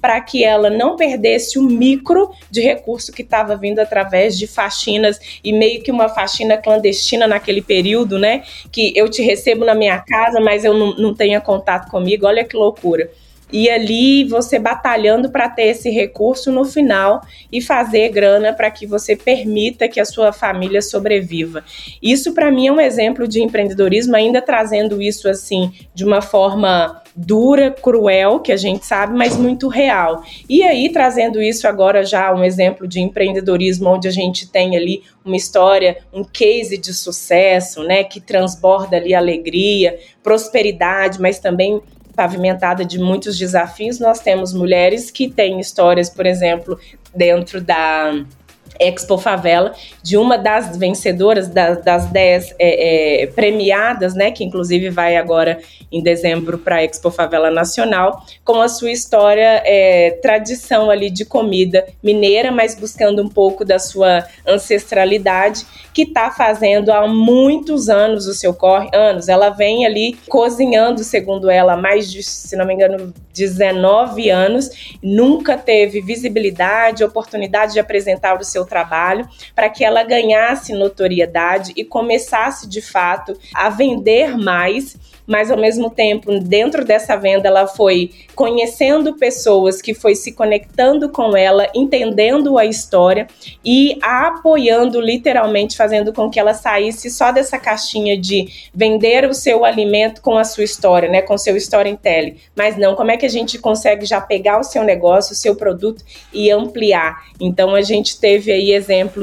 Speaker 3: para que ela não perdesse o micro de recurso que estava vindo através de faxinas, e meio que uma faxina clandestina naquele período, né? Que eu te recebo na minha casa, mas eu não tenha contato comigo. Olha que loucura. E ali você batalhando para ter esse recurso no final e fazer grana para que você permita que a sua família sobreviva. Isso para mim é um exemplo de empreendedorismo, ainda trazendo isso assim de uma forma dura, cruel, que a gente sabe, mas muito real. E aí, trazendo isso agora já um exemplo de empreendedorismo, onde a gente tem ali uma história, um case de sucesso, né, que transborda ali alegria, prosperidade, mas também pavimentada de muitos desafios. Nós temos mulheres que têm histórias, por exemplo, dentro da Expo Favela, de uma das vencedoras das 10 premiadas, né, que inclusive vai agora em dezembro para a Expo Favela Nacional, com a sua história, tradição ali de comida mineira, mas buscando um pouco da sua ancestralidade, que está fazendo há muitos anos o seu corre, ela vem ali cozinhando, segundo ela, há mais de, se não me engano, 19 anos, nunca teve visibilidade, oportunidade de apresentar o seu trabalho, para que ela ganhasse notoriedade e começasse de fato a vender mais, mas ao mesmo tempo, dentro dessa venda, ela foi conhecendo pessoas, que foi se conectando com ela, entendendo a história e a apoiando, literalmente, fazendo com que ela saísse só dessa caixinha de vender o seu alimento com a sua história, né, com o seu storytelling. Mas não, como é que a gente consegue já pegar o seu negócio, o seu produto e ampliar? Então, a gente teve aí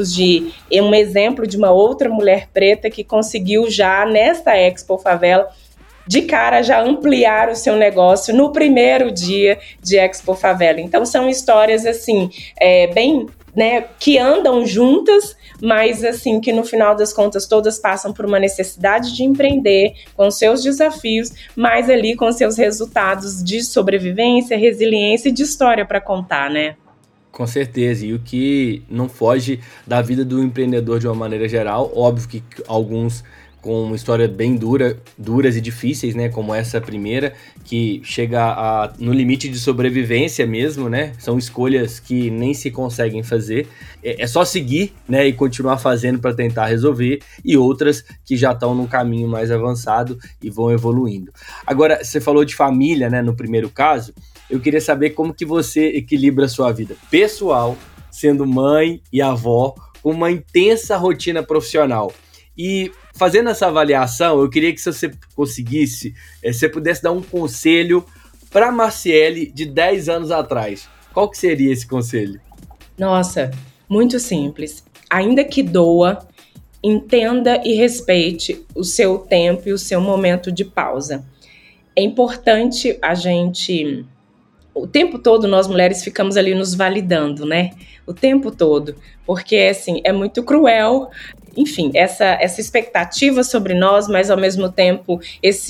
Speaker 3: um exemplo de uma outra mulher preta que conseguiu já, nesta Expo Favela, de cara já ampliar o seu negócio no primeiro dia de Expo Favela. Então são histórias assim, bem, né, que andam juntas, mas assim, que no final das contas todas passam por uma necessidade de empreender, com seus desafios, mas ali com seus resultados de sobrevivência, resiliência e de história para contar, né?
Speaker 2: Com certeza, e o que não foge da vida do empreendedor de uma maneira geral, óbvio que alguns com uma história bem duras e difíceis, né, como essa primeira, que chega no limite de sobrevivência mesmo, né, são escolhas que nem se conseguem fazer, é só seguir, né, e continuar fazendo para tentar resolver, e outras que já estão num caminho mais avançado e vão evoluindo. Agora, você falou de família, né, no primeiro caso, eu queria saber como que você equilibra a sua vida pessoal, sendo mãe e avó, com uma intensa rotina profissional. E fazendo essa avaliação, eu queria que você conseguisse, você pudesse dar um conselho para a Marciele de 10 anos atrás. Qual que seria esse conselho?
Speaker 3: Nossa, muito simples. Ainda que doa, entenda e respeite o seu tempo e o seu momento de pausa. É importante a gente... O tempo todo nós mulheres ficamos ali nos validando, né? O tempo todo. Porque, assim, é muito cruel, enfim, essa expectativa sobre nós, mas ao mesmo tempo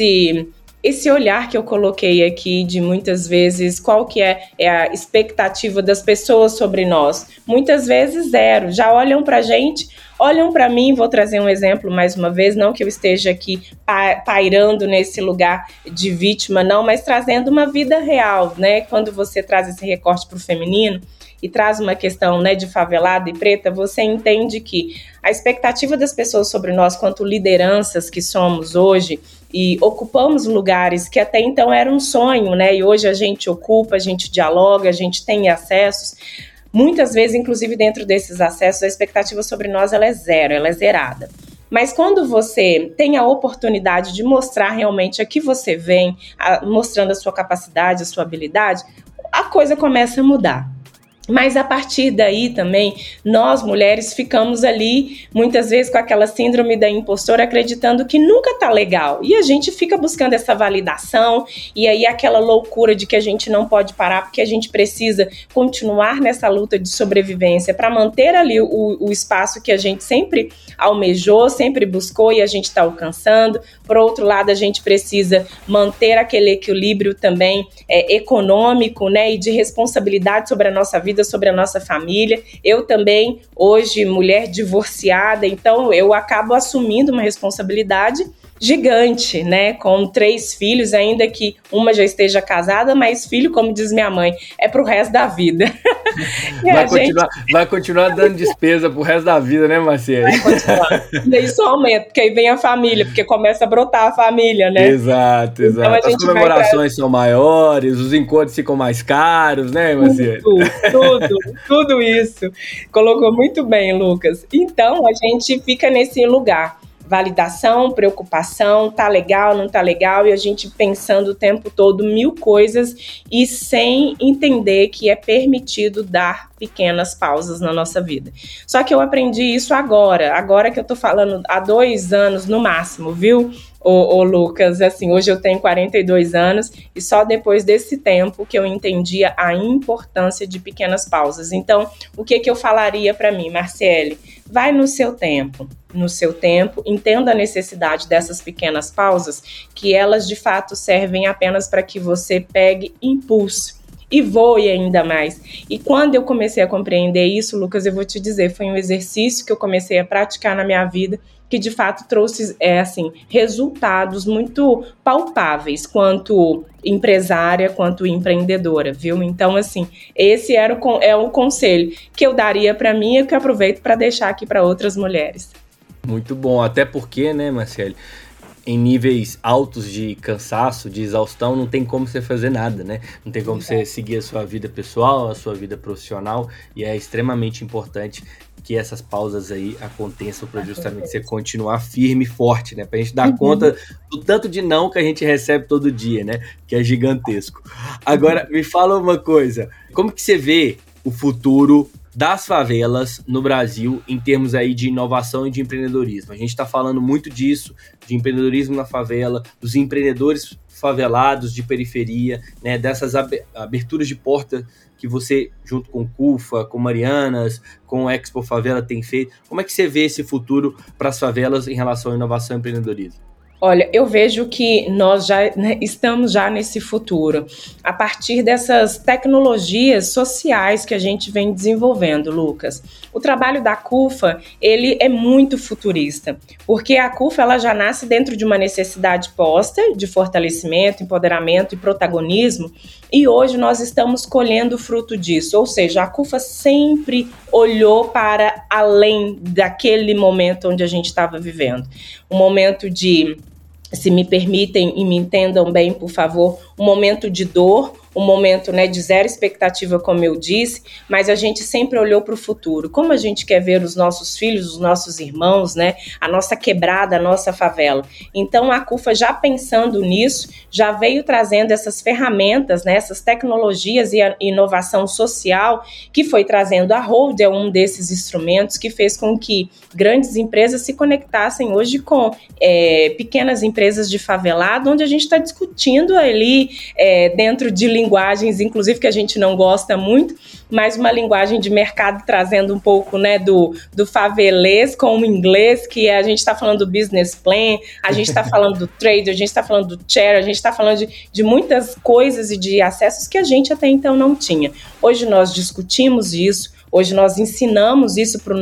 Speaker 3: esse olhar que eu coloquei aqui de muitas vezes, qual que é a expectativa das pessoas sobre nós? Muitas vezes zero, já olham pra gente, olham para mim, vou trazer um exemplo mais uma vez, não que eu esteja aqui pairando nesse lugar de vítima, não, mas trazendo uma vida real, né? Quando você traz esse recorte para o feminino e traz uma questão, né, de favelada e preta, você entende que a expectativa das pessoas sobre nós, quanto lideranças que somos hoje, e ocupamos lugares que até então era um sonho, né? E hoje a gente ocupa, a gente dialoga, a gente tem acessos. Muitas vezes, inclusive dentro desses acessos, a expectativa sobre nós ela é zero, ela é zerada. Mas quando você tem a oportunidade de mostrar realmente a que você vem, mostrando a sua capacidade, a sua habilidade, a coisa começa a mudar. Mas a partir daí também, nós mulheres ficamos ali, muitas vezes com aquela síndrome da impostora, acreditando que nunca tá legal. E a gente fica buscando essa validação, e aí aquela loucura de que a gente não pode parar, porque a gente precisa continuar nessa luta de sobrevivência para manter ali o espaço que a gente sempre almejou, sempre buscou e a gente está alcançando. Por outro lado, a gente precisa manter aquele equilíbrio também econômico, né, e de responsabilidade sobre a nossa vida, sobre a nossa família. Eu também, hoje, mulher divorciada, então eu acabo assumindo uma responsabilidade gigante, né? Com 3 filhos, ainda que uma já esteja casada, mas filho, como diz minha mãe, é pro resto da vida.
Speaker 2: Vai continuar dando despesa pro resto da vida, né, Marcele?
Speaker 3: Vai continuar. E aí só aumenta, porque aí vem a família, porque começa a brotar a família, né?
Speaker 2: Exato.
Speaker 3: Então,
Speaker 2: As comemorações são maiores, os encontros ficam mais caros, né, Marcele?
Speaker 3: Tudo isso. Colocou muito bem, Lucas. Então, a gente fica nesse lugar. Validação, preocupação, tá legal, não tá legal, e a gente pensando o tempo todo 1000 coisas e sem entender que é permitido dar pequenas pausas na nossa vida. Só que eu aprendi isso agora que eu tô falando há 2 anos no máximo, viu? Ô Lucas, assim, hoje eu tenho 42 anos e só depois desse tempo que eu entendia a importância de pequenas pausas. Então, o que eu falaria para mim, Marcele? Vai no seu tempo, entenda a necessidade dessas pequenas pausas, que elas de fato servem apenas para que você pegue impulso e voe ainda mais. E quando eu comecei a compreender isso, Lucas, eu vou te dizer, foi um exercício que eu comecei a praticar na minha vida, que de fato trouxe resultados muito palpáveis, quanto empresária, quanto empreendedora, viu? Então, assim, esse é o conselho que eu daria para mim e que eu aproveito para deixar aqui para outras mulheres.
Speaker 2: Muito bom, até porque, né, Marcele, em níveis altos de cansaço, de exaustão, não tem como você fazer nada, né? Não tem como você seguir a sua vida pessoal, a sua vida profissional, e é extremamente importante que essas pausas aí aconteçam para justamente você continuar firme e forte, né? Pra gente dar conta do tanto de não que a gente recebe todo dia, né? Que é gigantesco. Agora, me fala uma coisa, como que você vê o futuro das favelas no Brasil em termos aí de inovação e de empreendedorismo? A gente está falando muito disso, de empreendedorismo na favela, dos empreendedores favelados de periferia, né, dessas aberturas de porta que você, junto com o CUFA, com Marianas, com o Expo Favela tem feito. Como é que você vê esse futuro para as favelas em relação à inovação e empreendedorismo?
Speaker 3: Olha, eu vejo que nós já estamos já nesse futuro, a partir dessas tecnologias sociais que a gente vem desenvolvendo, Lucas. O trabalho da CUFA, ele é muito futurista, porque a CUFA ela já nasce dentro de uma necessidade posta de fortalecimento, empoderamento e protagonismo, e hoje nós estamos colhendo o fruto disso, ou seja, a CUFA sempre olhou para além daquele momento onde a gente estava vivendo, um momento de, se me permitem e me entendam bem, por favor, um momento de dor, um momento, né, de zero expectativa, como eu disse, mas a gente sempre olhou para o futuro. Como a gente quer ver os nossos filhos, os nossos irmãos, né, a nossa quebrada, a nossa favela. Então, a CUFA, já pensando nisso, já veio trazendo essas ferramentas, né, essas tecnologias e a inovação social, que foi trazendo a Hold, é um desses instrumentos que fez com que grandes empresas se conectassem hoje com pequenas empresas de favelado, onde a gente está discutindo ali dentro de linguagens, inclusive, que a gente não gosta muito, mas uma linguagem de mercado trazendo um pouco, né, do favelês com o inglês, que a gente está falando do business plan, a gente está falando do trade, a gente está falando do share, a gente está falando de muitas coisas e de acessos que a gente até então não tinha. Hoje nós discutimos isso, hoje nós ensinamos isso para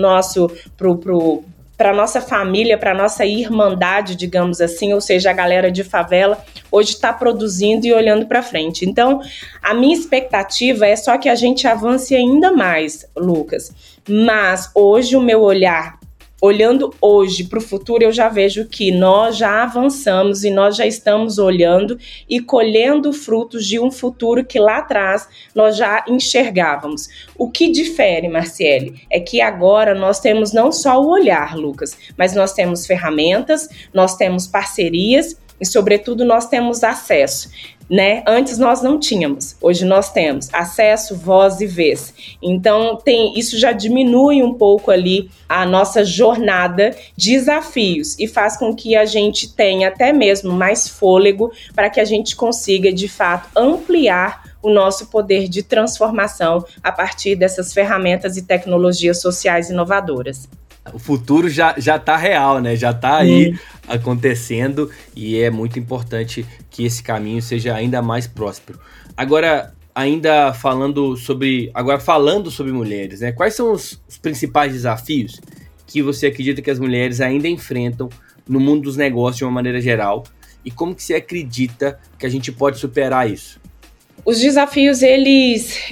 Speaker 3: a nossa família, para a nossa irmandade, digamos assim, ou seja, a galera de favela hoje está produzindo e olhando para frente. Então, a minha expectativa é só que a gente avance ainda mais, Lucas. Mas hoje o meu olhar, olhando hoje para o futuro, eu já vejo que nós já avançamos e nós já estamos olhando e colhendo frutos de um futuro que lá atrás nós já enxergávamos. O que difere, Marcele, é que agora nós temos não só o olhar, Lucas, mas nós temos ferramentas, nós temos parcerias e, sobretudo, nós temos acesso. Né? Antes nós não tínhamos, hoje nós temos acesso, voz e vez. Então isso já diminui um pouco ali a nossa jornada de desafios e faz com que a gente tenha até mesmo mais fôlego para que a gente consiga de fato ampliar o nosso poder de transformação a partir dessas ferramentas e tecnologias sociais inovadoras.
Speaker 2: O futuro já tá real, né? Já tá aí acontecendo e é muito importante que esse caminho seja ainda mais próspero. Agora, falando sobre mulheres, né? Quais são os principais desafios que você acredita que as mulheres ainda enfrentam no mundo dos negócios de uma maneira geral, e como que você acredita que a gente pode superar isso?
Speaker 3: Os desafios, eles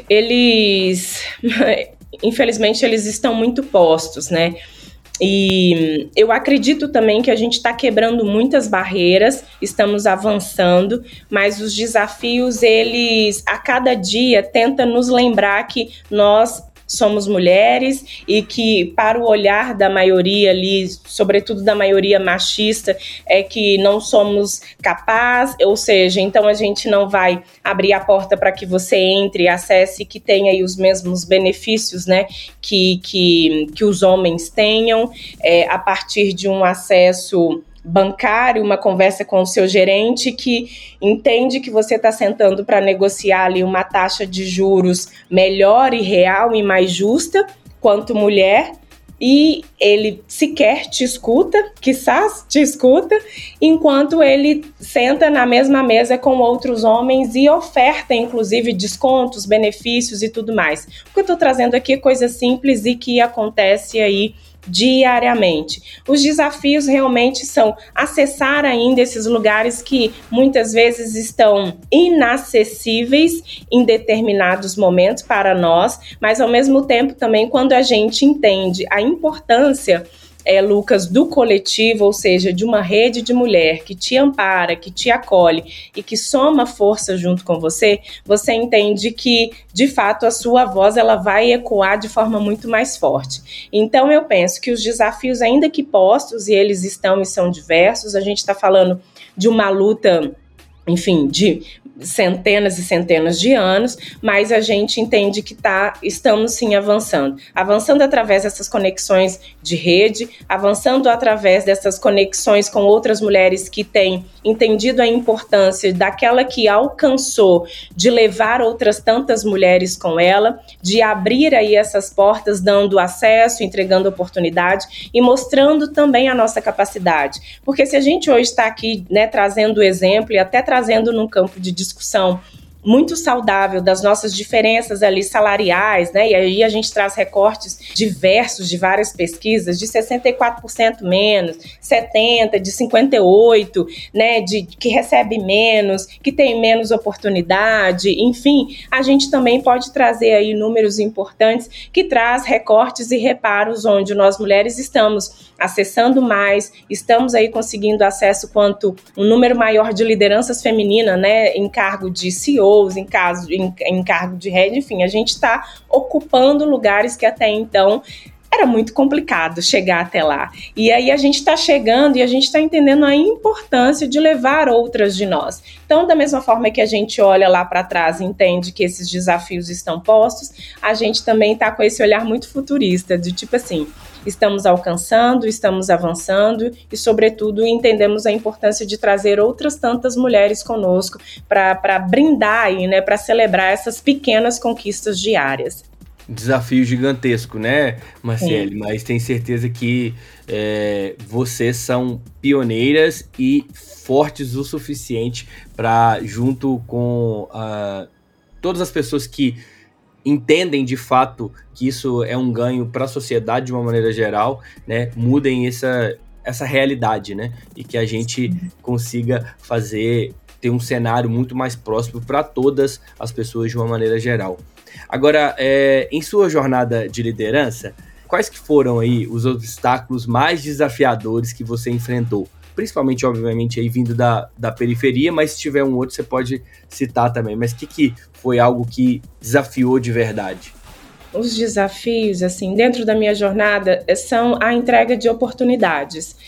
Speaker 3: infelizmente, eles estão muito postos, né? E eu acredito também que a gente está quebrando muitas barreiras, estamos avançando, mas os desafios, eles a cada dia tentam nos lembrar que nós somos mulheres e que, para o olhar da maioria ali, sobretudo da maioria machista, é que não somos capazes, ou seja, então a gente não vai abrir a porta para que você entre e acesse, que tenha aí os mesmos benefícios, né, que os homens tenham, a partir de um acesso bancário, uma conversa com o seu gerente que entende que você está sentando para negociar ali uma taxa de juros melhor e real e mais justa quanto mulher, e ele sequer te escuta, quizás te escuta, enquanto ele senta na mesma mesa com outros homens e oferta, inclusive, descontos, benefícios e tudo mais. O que eu estou trazendo aqui é coisa simples e que acontece aí diariamente. Os desafios realmente são acessar ainda esses lugares que muitas vezes estão inacessíveis em determinados momentos para nós, mas ao mesmo tempo também quando a gente entende a importância, Lucas, do coletivo, ou seja, de uma rede de mulher que te ampara, que te acolhe e que soma força junto com você, você entende que, de fato, a sua voz ela vai ecoar de forma muito mais forte. Então, eu penso que os desafios, ainda que postos, e eles estão e são diversos, a gente está falando de uma luta, enfim, de centenas e centenas de anos, mas a gente entende que estamos sim avançando através dessas conexões de rede, avançando através dessas conexões com outras mulheres que têm entendido a importância daquela que alcançou, de levar outras tantas mulheres com ela, de abrir aí essas portas, dando acesso, entregando oportunidade e mostrando também a nossa capacidade, porque se a gente hoje está aqui, né, trazendo exemplo e até trazendo num campo de discussão muito saudável das nossas diferenças ali salariais, né? E aí a gente traz recortes diversos de várias pesquisas, de 64% menos, 70%, de 58%, né? Que recebe menos, que tem menos oportunidade, enfim, a gente também pode trazer aí números importantes que traz recortes e reparos onde nós mulheres estamos acessando mais, estamos aí conseguindo acesso quanto um número maior de lideranças femininas, né? Em cargo de CEO, em cargo de head, enfim, a gente está ocupando lugares que até então era muito complicado chegar até lá. E aí a gente está chegando e a gente está entendendo a importância de levar outras de nós. Então, da mesma forma que a gente olha lá para trás e entende que esses desafios estão postos, a gente também está com esse olhar muito futurista, de tipo assim, estamos alcançando, estamos avançando e, sobretudo, entendemos a importância de trazer outras tantas mulheres conosco para brindar aí, né, para celebrar essas pequenas conquistas diárias.
Speaker 2: Desafio gigantesco, né, Marciele? Sim. Mas tenho certeza que vocês são pioneiras e fortes o suficiente para, junto com todas as pessoas que entendem de fato que isso é um ganho para a sociedade de uma maneira geral, né, mudem essa realidade, né, e que a gente consiga ter um cenário muito mais próximo para todas as pessoas de uma maneira geral. Agora, em sua jornada de liderança, quais que foram aí os obstáculos mais desafiadores que você enfrentou? Principalmente, obviamente, aí vindo da periferia, mas se tiver um outro você pode citar também. Mas o que foi algo que desafiou de verdade?
Speaker 3: Os desafios, assim, dentro da minha jornada, são a entrega de oportunidades.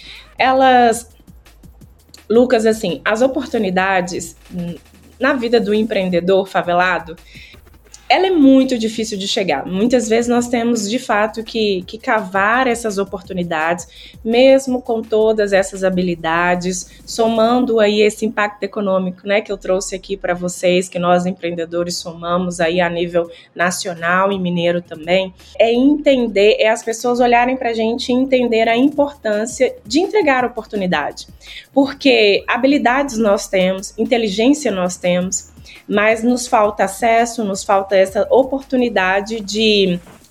Speaker 3: Lucas, assim, as oportunidades na vida do empreendedor favelado, ela é muito difícil de chegar. Muitas vezes nós temos, de fato, que cavar essas oportunidades, mesmo com todas essas habilidades, somando aí esse impacto econômico, né, que eu trouxe aqui para vocês, que nós empreendedores somamos aí a nível nacional e mineiro também, é as pessoas olharem para a gente e entender a importância de entregar oportunidade. Porque habilidades nós temos, inteligência nós temos, mas nos falta acesso, nos falta essa oportunidade de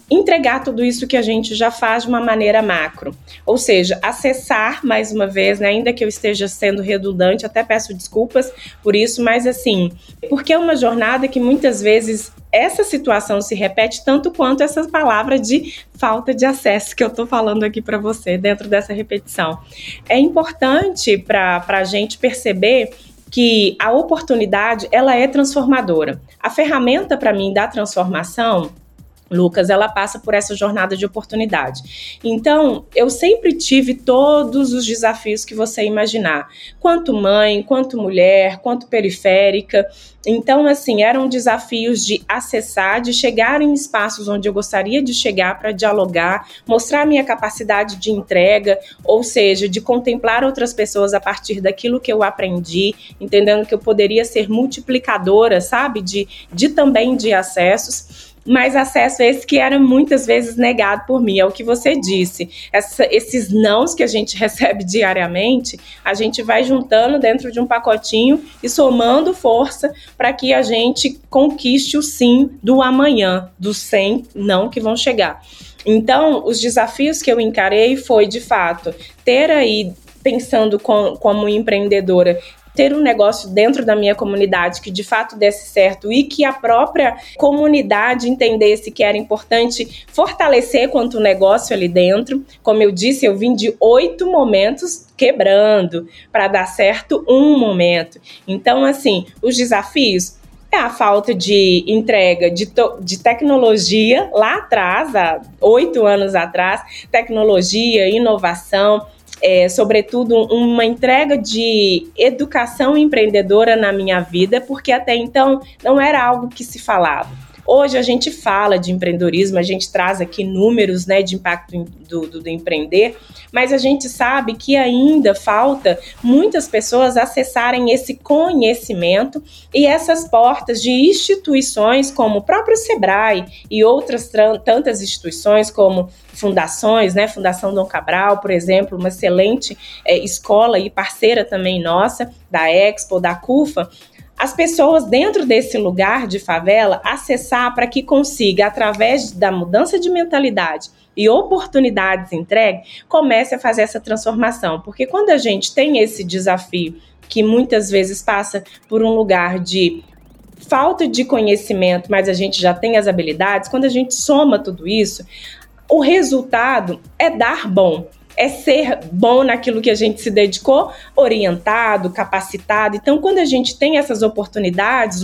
Speaker 3: entregar tudo isso que a gente já faz de uma maneira macro. Ou seja, acessar, mais uma vez, né, ainda que eu esteja sendo redundante, até peço desculpas por isso, mas assim, porque é uma jornada que muitas vezes essa situação se repete tanto quanto essa palavra de falta de acesso que eu estou falando aqui para você dentro dessa repetição. É importante para a gente perceber que a oportunidade, ela é transformadora. A ferramenta, para mim, da transformação, Lucas, ela passa por essa jornada de oportunidade. Então, eu sempre tive todos os desafios que você imaginar, quanto mãe, quanto mulher, quanto periférica. Então, assim, eram desafios de acessar, de chegar em espaços onde eu gostaria de chegar para dialogar, mostrar minha capacidade de entrega, ou seja, de contemplar outras pessoas a partir daquilo que eu aprendi, entendendo que eu poderia ser multiplicadora, sabe, também de acessos. Mas acesso esse que era muitas vezes negado por mim, é o que você disse. Esses nãos que a gente recebe diariamente, a gente vai juntando dentro de um pacotinho e somando força para que a gente conquiste o sim do amanhã, dos 100 não que vão chegar. Então, os desafios que eu encarei foi, de fato, ter aí, pensando como empreendedora, ter um negócio dentro da minha comunidade que de fato desse certo e que a própria comunidade entendesse que era importante fortalecer quanto negócio ali dentro. Como eu disse, eu vim de 8 momentos quebrando para dar certo um momento. Então, assim, os desafios é a falta de entrega de tecnologia lá atrás, há 8 anos atrás, tecnologia, inovação, sobretudo uma entrega de educação empreendedora na minha vida, porque até então não era algo que se falava. Hoje a gente fala de empreendedorismo, a gente traz aqui números, né, de impacto do empreender, mas a gente sabe que ainda falta muitas pessoas acessarem esse conhecimento e essas portas de instituições como o próprio Sebrae e outras tantas instituições como fundações, né, Fundação Dom Cabral, por exemplo, uma excelente escola e parceira também nossa, da Expo, da CUFA, as pessoas dentro desse lugar de favela acessar para que consiga, através da mudança de mentalidade e oportunidades entregues, comece a fazer essa transformação. Porque quando a gente tem esse desafio, que muitas vezes passa por um lugar de falta de conhecimento, mas a gente já tem as habilidades, quando a gente soma tudo isso, o resultado é dar bom. É ser bom naquilo que a gente se dedicou, orientado, capacitado. Então, quando a gente tem essas oportunidades,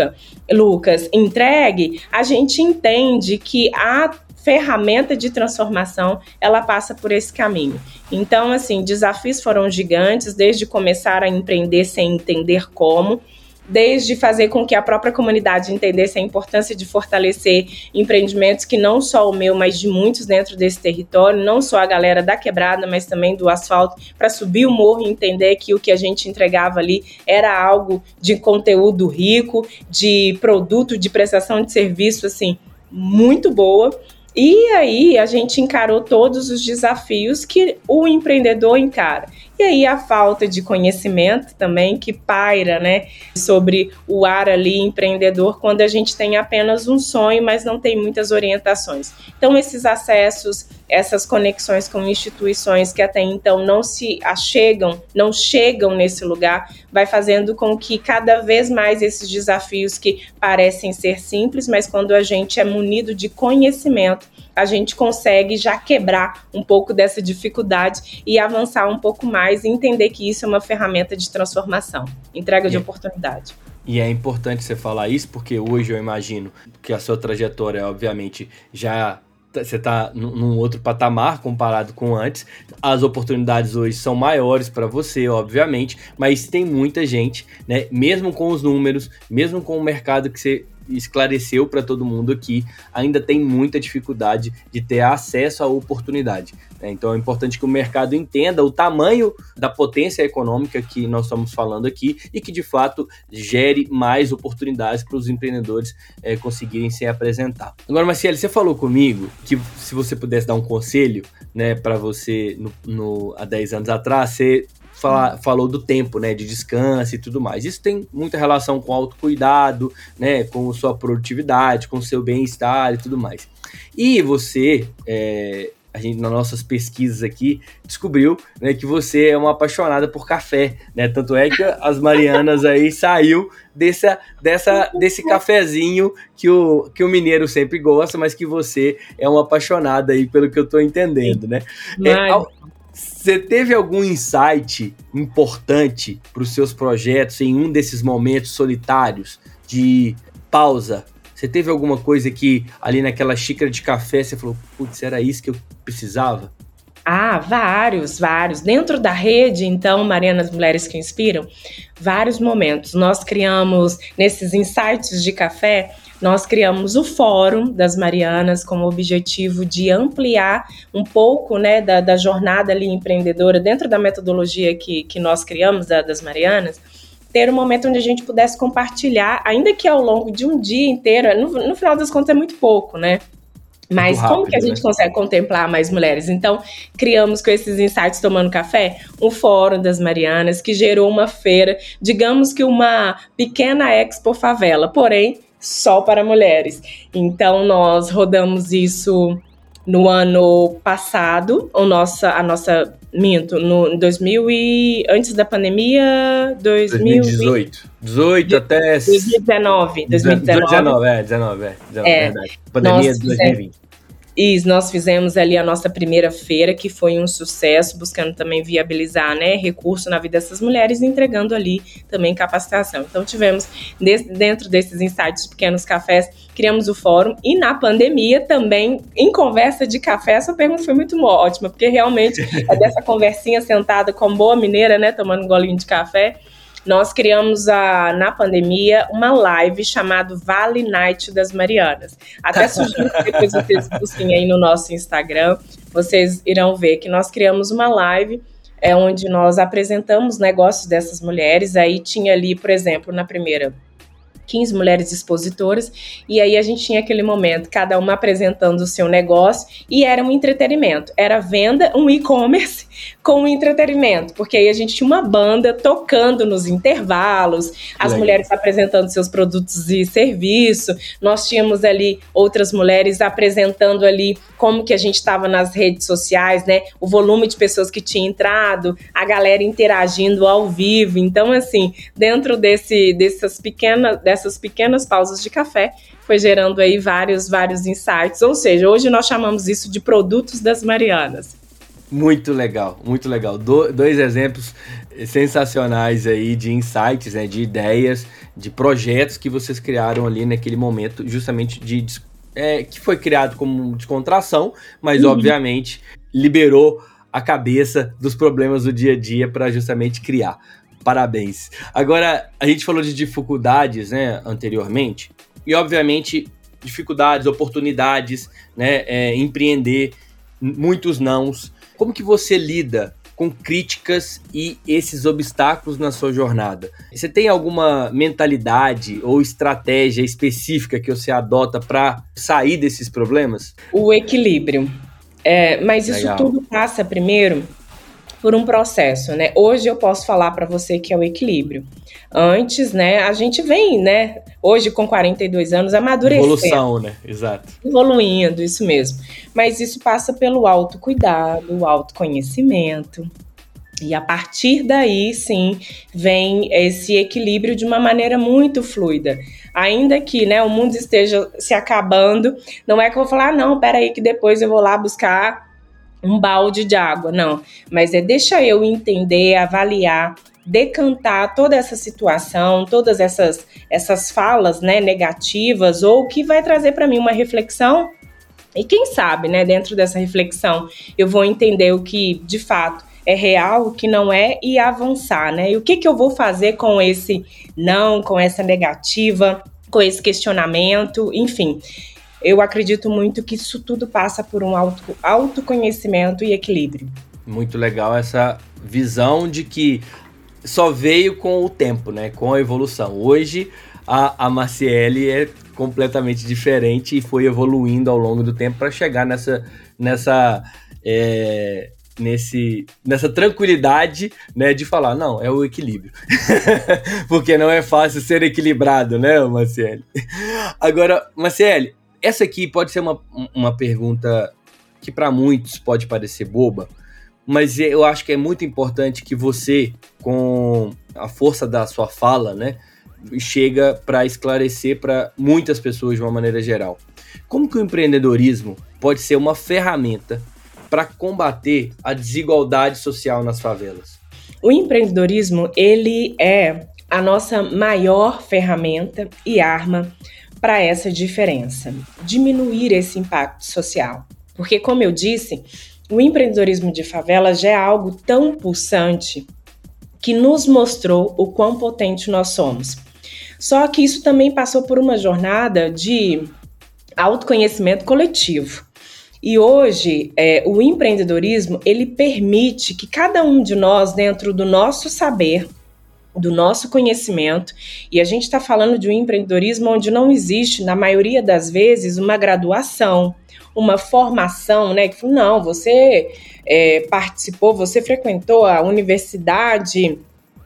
Speaker 3: Lucas, entregue, a gente entende que a ferramenta de transformação, ela passa por esse caminho. Então, assim, desafios foram gigantes, desde começar a empreender sem entender como, desde fazer com que a própria comunidade entendesse a importância de fortalecer empreendimentos que não só o meu, mas de muitos dentro desse território, não só a galera da quebrada, mas também do asfalto, para subir o morro e entender que o que a gente entregava ali era algo de conteúdo rico, de produto, de prestação de serviço, assim, muito boa. E aí a gente encarou todos os desafios que o empreendedor encara. E aí a falta de conhecimento também que paira, né, sobre o ar ali empreendedor quando a gente tem apenas um sonho, mas não tem muitas orientações. Então esses acessos, essas conexões com instituições que até então não chegam nesse lugar, vai fazendo com que cada vez mais esses desafios que parecem ser simples, mas quando a gente é munido de conhecimento, a gente consegue já quebrar um pouco dessa dificuldade e avançar um pouco mais e entender que isso é uma ferramenta de transformação, entrega de oportunidade.
Speaker 2: E é importante você falar isso, porque hoje eu imagino que a sua trajetória, obviamente, já você está num outro patamar comparado com antes. As oportunidades hoje são maiores para você, obviamente, mas tem muita gente, né? Mesmo com os números, mesmo com o mercado que você esclareceu para todo mundo aqui, ainda tem muita dificuldade de ter acesso à oportunidade, né? Então é importante que o mercado entenda o tamanho da potência econômica que nós estamos falando aqui e que de fato gere mais oportunidades para os empreendedores conseguirem se apresentar. Agora, Marciele, você falou comigo que se você pudesse dar um conselho, né, para você há 10 anos atrás, você falou do tempo, né, de descanso e tudo mais. Isso tem muita relação com autocuidado, né, com sua produtividade, com o seu bem-estar e tudo mais. E você, a gente, nas nossas pesquisas aqui, descobriu, né, que você é uma apaixonada por café, né? Tanto é que as Marianas aí saiu desse cafezinho que o mineiro sempre gosta, mas que você é uma apaixonada aí, pelo que eu tô entendendo, né? Você teve algum insight importante para os seus projetos em um desses momentos solitários de pausa? Você teve alguma coisa que ali naquela xícara de café você falou, putz, era isso que eu precisava?
Speaker 3: Vários. Dentro da rede, então, Marianas Mulheres que Inspiram, vários momentos. Nós criamos, nesses insights de café, nós criamos o Fórum das Marianas com o objetivo de ampliar um pouco, né, da jornada ali empreendedora dentro da metodologia que nós criamos das Marianas, ter um momento onde a gente pudesse compartilhar, ainda que ao longo de um dia inteiro, no final das contas é muito pouco, né? Mas rápido, como que a gente consegue contemplar mais mulheres? Então, criamos com esses insights tomando café, um Fórum das Marianas, que gerou uma feira, digamos que uma pequena Expo Favela, porém, só para mulheres. Então, nós rodamos isso no ano passado, antes da pandemia,
Speaker 2: 2018. 18 até
Speaker 3: 2019.
Speaker 2: 19, verdade. Pandemia de 2020.
Speaker 3: Nós fizemos ali a nossa primeira feira, que foi um sucesso, buscando também viabilizar, né, recurso na vida dessas mulheres e entregando ali também capacitação. Então tivemos, dentro desses insights de pequenos cafés, criamos o fórum e na pandemia também, em conversa de café, essa pergunta foi muito ótima, porque realmente é dessa conversinha sentada com boa mineira, né, tomando um golinho de café. Nós criamos, na pandemia, uma live chamada Vale Night das Marianas. Até sugiro que depois vocês busquem aí no nosso Instagram, vocês irão ver que nós criamos uma live onde nós apresentamos negócios dessas mulheres. Aí tinha ali, por exemplo, na primeira, 15 mulheres expositoras, e aí a gente tinha aquele momento, cada uma apresentando o seu negócio, e era um entretenimento, era venda, um e-commerce com um entretenimento, porque aí a gente tinha uma banda tocando nos intervalos, as mulheres apresentando seus produtos e serviço, nós tínhamos ali outras mulheres apresentando ali como que a gente estava nas redes sociais, né, o volume de pessoas que tinha entrado, a galera interagindo ao vivo. Então, assim, dentro dessas pequenas pausas de café, foi gerando aí vários insights. Ou seja, hoje nós chamamos isso de produtos das Marianas.
Speaker 2: Muito legal, muito legal. Dois exemplos sensacionais aí de insights, né, de ideias, de projetos que vocês criaram ali naquele momento, justamente que foi criado como descontração, mas obviamente liberou a cabeça dos problemas do dia a dia para justamente criar. Parabéns. Agora, a gente falou de dificuldades, né, anteriormente, e obviamente dificuldades, oportunidades, né, empreender, muitos nãos. Como que você lida com críticas e esses obstáculos na sua jornada? Você tem alguma mentalidade ou estratégia específica que você adota para sair desses problemas?
Speaker 3: O equilíbrio. Mas isso tudo passa primeiro por um processo, né? Hoje eu posso falar para você que é o equilíbrio. Antes, né, a gente vem, né, hoje com 42 anos, amadurecendo.
Speaker 2: Evolução, né? Exato.
Speaker 3: Evoluindo, isso mesmo. Mas isso passa pelo autocuidado, o autoconhecimento. E a partir daí, sim, vem esse equilíbrio de uma maneira muito fluida. Ainda que, né, o mundo esteja se acabando, não é que eu vou falar, não, peraí que depois eu vou lá buscar um balde de água, não. Mas deixa eu entender, avaliar, decantar toda essa situação, todas essas falas, né, negativas, ou que vai trazer para mim uma reflexão. E quem sabe, né, dentro dessa reflexão, eu vou entender o que, de fato, é real, o que não é, e avançar, né? E o que eu vou fazer com esse não, com essa negativa, com esse questionamento, enfim. Eu acredito muito que isso tudo passa por um autoconhecimento e equilíbrio.
Speaker 2: Muito legal essa visão de que só veio com o tempo, né? Com a evolução. Hoje, a Marciele é completamente diferente e foi evoluindo ao longo do tempo para chegar nessa tranquilidade, né, de falar, não, é o equilíbrio. Porque não é fácil ser equilibrado, né, Marciele? Agora, Marciele, essa aqui pode ser uma pergunta que para muitos pode parecer boba, mas eu acho que é muito importante que você, com a força da sua fala, né, chega para esclarecer para muitas pessoas de uma maneira geral. Como que o empreendedorismo pode ser uma ferramenta para combater a desigualdade social nas favelas?
Speaker 3: O empreendedorismo, ele é a nossa maior ferramenta e arma para essa diferença, diminuir esse impacto social. Porque, como eu disse, o empreendedorismo de favela já é algo tão pulsante que nos mostrou o quão potente nós somos. Só que isso também passou por uma jornada de autoconhecimento coletivo. E hoje, o empreendedorismo, ele permite que cada um de nós, dentro do nosso saber, do nosso conhecimento, e a gente está falando de um empreendedorismo onde não existe, na maioria das vezes, uma graduação, uma formação, né? Que não, você participou, você frequentou a universidade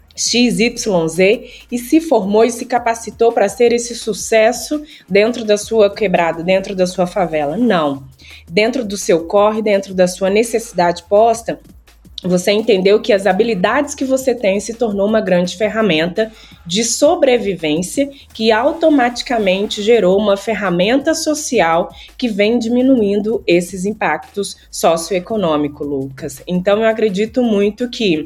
Speaker 3: XYZ e se formou e se capacitou para ser esse sucesso dentro da sua quebrada, dentro da sua favela. Não. Dentro do seu corre, dentro da sua necessidade posta, você entendeu que as habilidades que você tem se tornou uma grande ferramenta de sobrevivência que automaticamente gerou uma ferramenta social que vem diminuindo esses impactos socioeconômicos, Lucas. Então, eu acredito muito que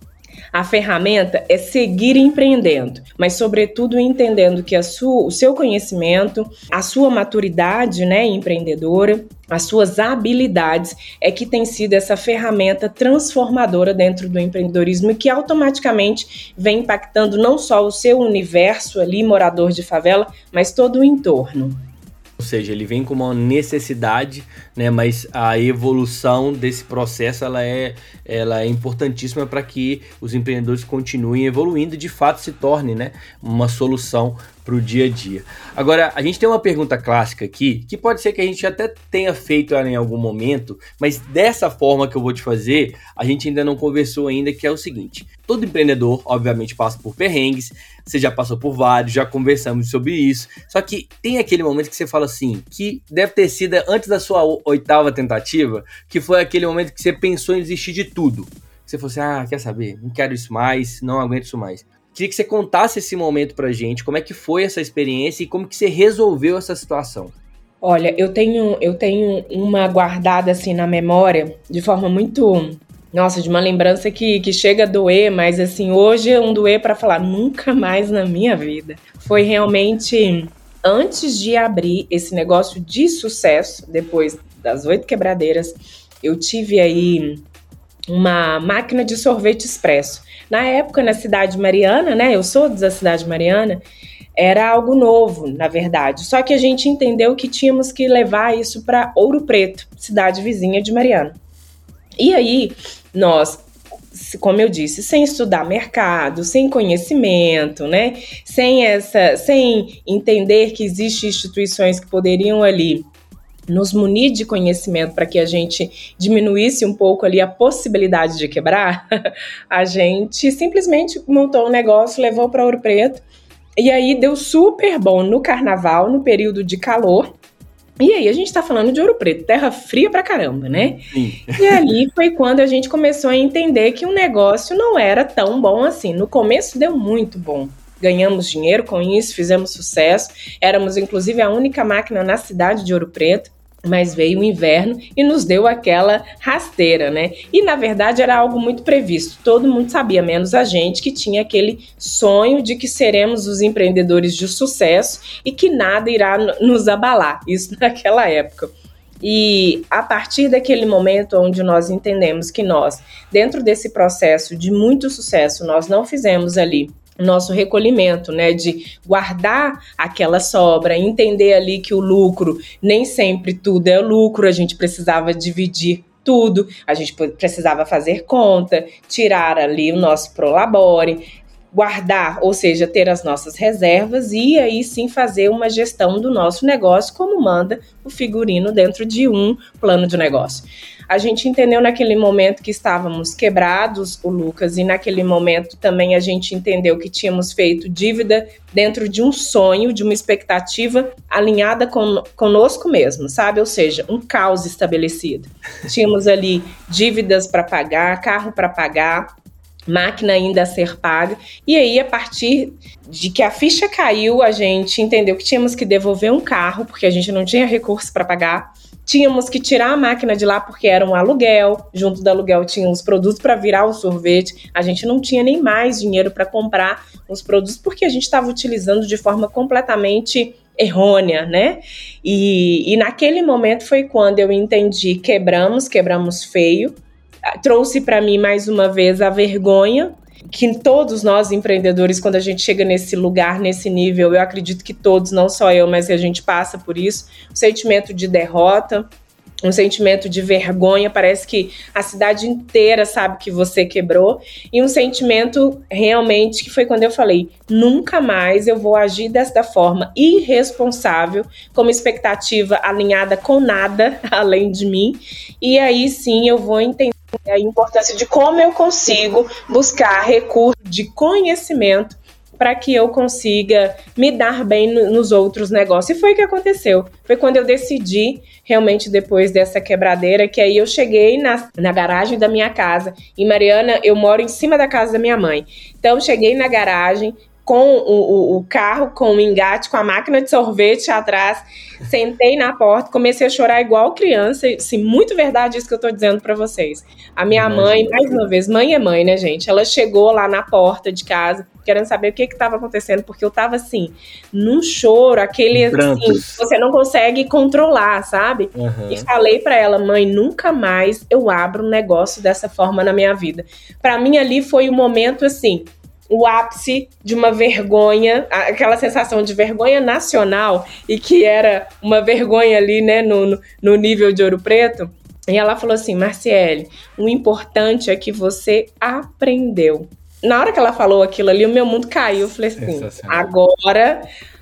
Speaker 3: a ferramenta é seguir empreendendo, mas sobretudo entendendo que o seu conhecimento, a sua maturidade, né, empreendedora, as suas habilidades é que tem sido essa ferramenta transformadora dentro do empreendedorismo e que automaticamente vem impactando não só o seu universo ali, morador de favela, mas todo o entorno.
Speaker 2: Ou seja, ele vem com uma necessidade, né, mas a evolução desse processo ela é importantíssima para que os empreendedores continuem evoluindo e de fato se torne, né, uma solução para o dia a dia. Agora, a gente tem uma pergunta clássica aqui, que pode ser que a gente até tenha feito ela em algum momento, mas dessa forma que eu vou te fazer, a gente ainda não conversou ainda, que é o seguinte: todo empreendedor, obviamente, passa por perrengues, você já passou por vários, já conversamos sobre isso, só que tem aquele momento que você fala assim, que deve ter sido antes da sua 8ª tentativa, que foi aquele momento que você pensou em desistir de tudo. Você falou assim, quer saber? Não quero isso mais, não aguento isso mais. Queria que você contasse esse momento pra gente, como é que foi essa experiência e como que você resolveu essa situação.
Speaker 3: Olha, eu tenho uma guardada assim na memória, de forma muito, de uma lembrança que chega a doer, mas assim, hoje é um doer pra falar nunca mais na minha vida. Foi realmente antes de abrir esse negócio de sucesso, depois das 8 quebradeiras, eu tive aí uma máquina de sorvete expresso. Na época, na Cidade Mariana, né? Eu sou da Cidade Mariana, era algo novo, na verdade. Só que a gente entendeu que tínhamos que levar isso para Ouro Preto, cidade vizinha de Mariana. E aí, nós, como eu disse, sem estudar mercado, sem conhecimento, né? Sem entender que existem instituições que poderiam ali nos munir de conhecimento para que a gente diminuísse um pouco ali a possibilidade de quebrar, a gente simplesmente montou um negócio, levou para Ouro Preto, e aí deu super bom no carnaval, no período de calor. E aí a gente tá falando de Ouro Preto, terra fria pra caramba, né?
Speaker 2: Sim.
Speaker 3: E ali foi quando a gente começou a entender que o negócio não era tão bom assim. No começo deu muito bom. Ganhamos dinheiro com isso, fizemos sucesso. Éramos, inclusive, a única máquina na cidade de Ouro Preto. Mas veio o inverno e nos deu aquela rasteira, né? E, na verdade, era algo muito previsto. Todo mundo sabia, menos a gente, que tinha aquele sonho de que seremos os empreendedores de sucesso e que nada irá nos abalar. Isso naquela época. E a partir daquele momento onde nós entendemos que nós, dentro desse processo de muito sucesso, nós não fizemos ali nosso recolhimento, né, de guardar aquela sobra, entender ali que o lucro, nem sempre tudo é lucro, a gente precisava dividir tudo, a gente precisava fazer conta, tirar ali o nosso prolabore, guardar, ou seja, ter as nossas reservas e aí sim fazer uma gestão do nosso negócio como manda o figurino dentro de um plano de negócio. A gente entendeu naquele momento que estávamos quebrados, o Lucas, e naquele momento também a gente entendeu que tínhamos feito dívida dentro de um sonho, de uma expectativa alinhada conosco mesmo, sabe? Ou seja, um caos estabelecido. Tínhamos ali dívidas para pagar, carro para pagar, máquina ainda a ser paga, e aí a partir de que a ficha caiu, a gente entendeu que tínhamos que devolver um carro, porque a gente não tinha recurso para pagar, tínhamos que tirar a máquina de lá porque era um aluguel, junto do aluguel tinha os produtos para virar o sorvete, a gente não tinha nem mais dinheiro para comprar os produtos porque a gente estava utilizando de forma completamente errônea, né? E naquele momento foi quando eu entendi, quebramos feio, trouxe para mim mais uma vez a vergonha, que todos nós empreendedores, quando a gente chega nesse lugar, nesse nível, eu acredito que todos, não só eu, mas que a gente passa por isso, um sentimento de derrota, um sentimento de vergonha, parece que a cidade inteira sabe que você quebrou, e um sentimento realmente que foi quando eu falei, nunca mais eu vou agir desta forma irresponsável, com uma expectativa alinhada com nada além de mim, e aí sim eu vou entender a importância de como eu consigo buscar recurso de conhecimento para que eu consiga me dar bem nos outros negócios. E foi o que aconteceu. Foi quando eu decidi, realmente depois dessa quebradeira, que aí eu cheguei na garagem da minha casa. Em Mariana, eu moro em cima da casa da minha mãe. Então, eu cheguei na garagem com o carro, com o engate, com a máquina de sorvete atrás, sentei na porta, comecei a chorar igual criança, assim, muito verdade isso que eu tô dizendo pra vocês. A minha mãe, mais uma vez, mãe é mãe, né, gente? Ela chegou lá na porta de casa, querendo saber o que estava acontecendo, porque eu tava, assim, num choro, aquele, assim, você não consegue controlar, sabe? Uhum. E falei pra ela, mãe, nunca mais eu abro um negócio dessa forma na minha vida. Pra mim, ali foi um momento, assim, o ápice de uma vergonha, aquela sensação de vergonha nacional, e que era uma vergonha ali, né, no nível de Ouro Preto. E ela falou assim, Marciele, o importante é que você aprendeu. Na hora que ela falou aquilo ali, o meu mundo caiu. Eu falei assim, agora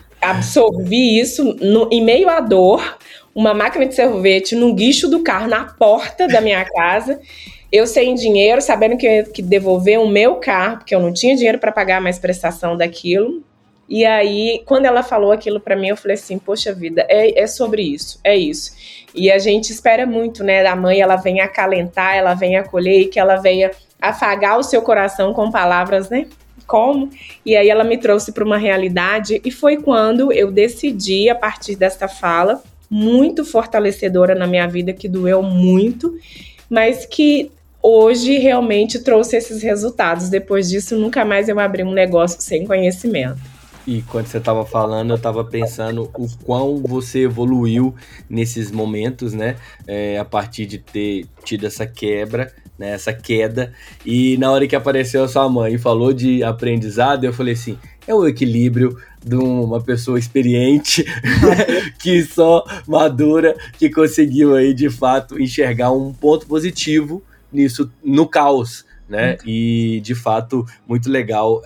Speaker 3: absorvi isso em meio à dor, uma máquina de sorvete no guincho do carro, na porta da minha casa, eu sem dinheiro, sabendo que eu ia que devolver o meu carro, porque eu não tinha dinheiro para pagar mais prestação daquilo. E aí, quando ela falou aquilo para mim, eu falei assim, poxa vida, é sobre isso, é isso. E a gente espera muito, né, da mãe, ela venha acalentar, ela venha acolher, e que ela venha afagar o seu coração com palavras, né, como? E aí ela me trouxe para uma realidade, e foi quando eu decidi, a partir dessa fala, muito fortalecedora na minha vida, que doeu muito, mas que hoje realmente trouxe esses resultados. Depois disso, nunca mais eu abri um negócio sem conhecimento.
Speaker 2: E quando você estava falando, eu estava pensando o quão você evoluiu nesses momentos, né? A partir de ter tido essa quebra, né? Essa queda. E na hora que apareceu a sua mãe e falou de aprendizado, eu falei assim, é o equilíbrio de uma pessoa experiente, que só madura, que conseguiu aí, de fato, enxergar um ponto positivo nisso, no caos, né? E, de fato, muito legal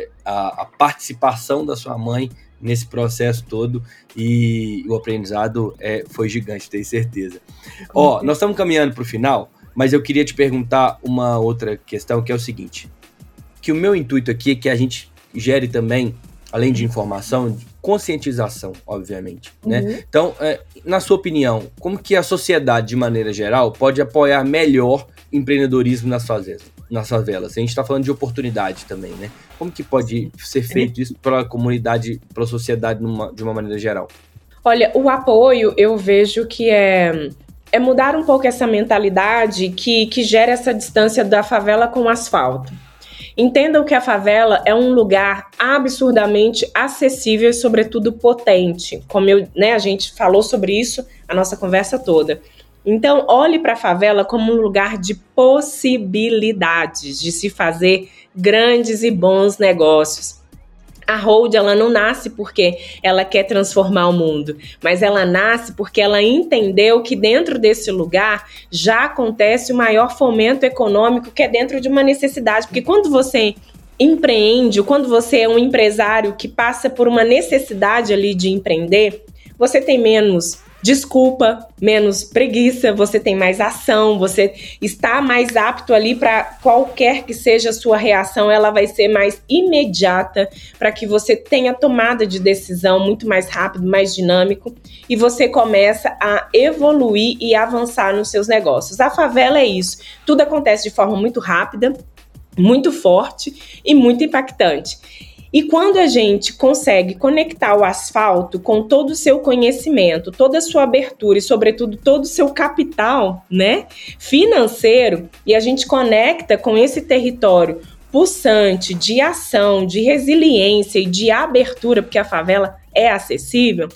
Speaker 2: a participação da sua mãe nesse processo todo, e o aprendizado foi gigante, tenho certeza. Nós estamos caminhando para o final, mas eu queria te perguntar uma outra questão, que é o seguinte, que o meu intuito aqui é que a gente gere também, além de informação, de conscientização, obviamente, né? Então, na sua opinião, como que a sociedade, de maneira geral, pode apoiar melhor empreendedorismo nas favelas? A gente está falando de oportunidade também, né? Como que pode ser feito isso para a comunidade, para a sociedade de uma maneira geral?
Speaker 3: Olha, o apoio, eu vejo que é mudar um pouco essa mentalidade que gera essa distância da favela com o asfalto. Entendam que a favela é um lugar absurdamente acessível e, sobretudo, potente. Como a gente falou sobre isso a nossa conversa toda. Então, olhe para a favela como um lugar de possibilidades de se fazer grandes e bons negócios. A Hold, ela não nasce porque ela quer transformar o mundo, mas ela nasce porque ela entendeu que dentro desse lugar já acontece o maior fomento econômico, que é dentro de uma necessidade. Porque quando você empreende, quando você é um empresário que passa por uma necessidade ali de empreender, você tem menos desculpa, menos preguiça, você tem mais ação, você está mais apto ali para qualquer que seja a sua reação, ela vai ser mais imediata para que você tenha tomada de decisão muito mais rápido, mais dinâmico, e você começa a evoluir e avançar nos seus negócios. A favela é isso, tudo acontece de forma muito rápida, muito forte e muito impactante. E quando a gente consegue conectar o asfalto com todo o seu conhecimento, toda a sua abertura e, sobretudo, todo o seu capital, né, financeiro, e a gente conecta com esse território pulsante de ação, de resiliência e de abertura, porque a favela é acessível,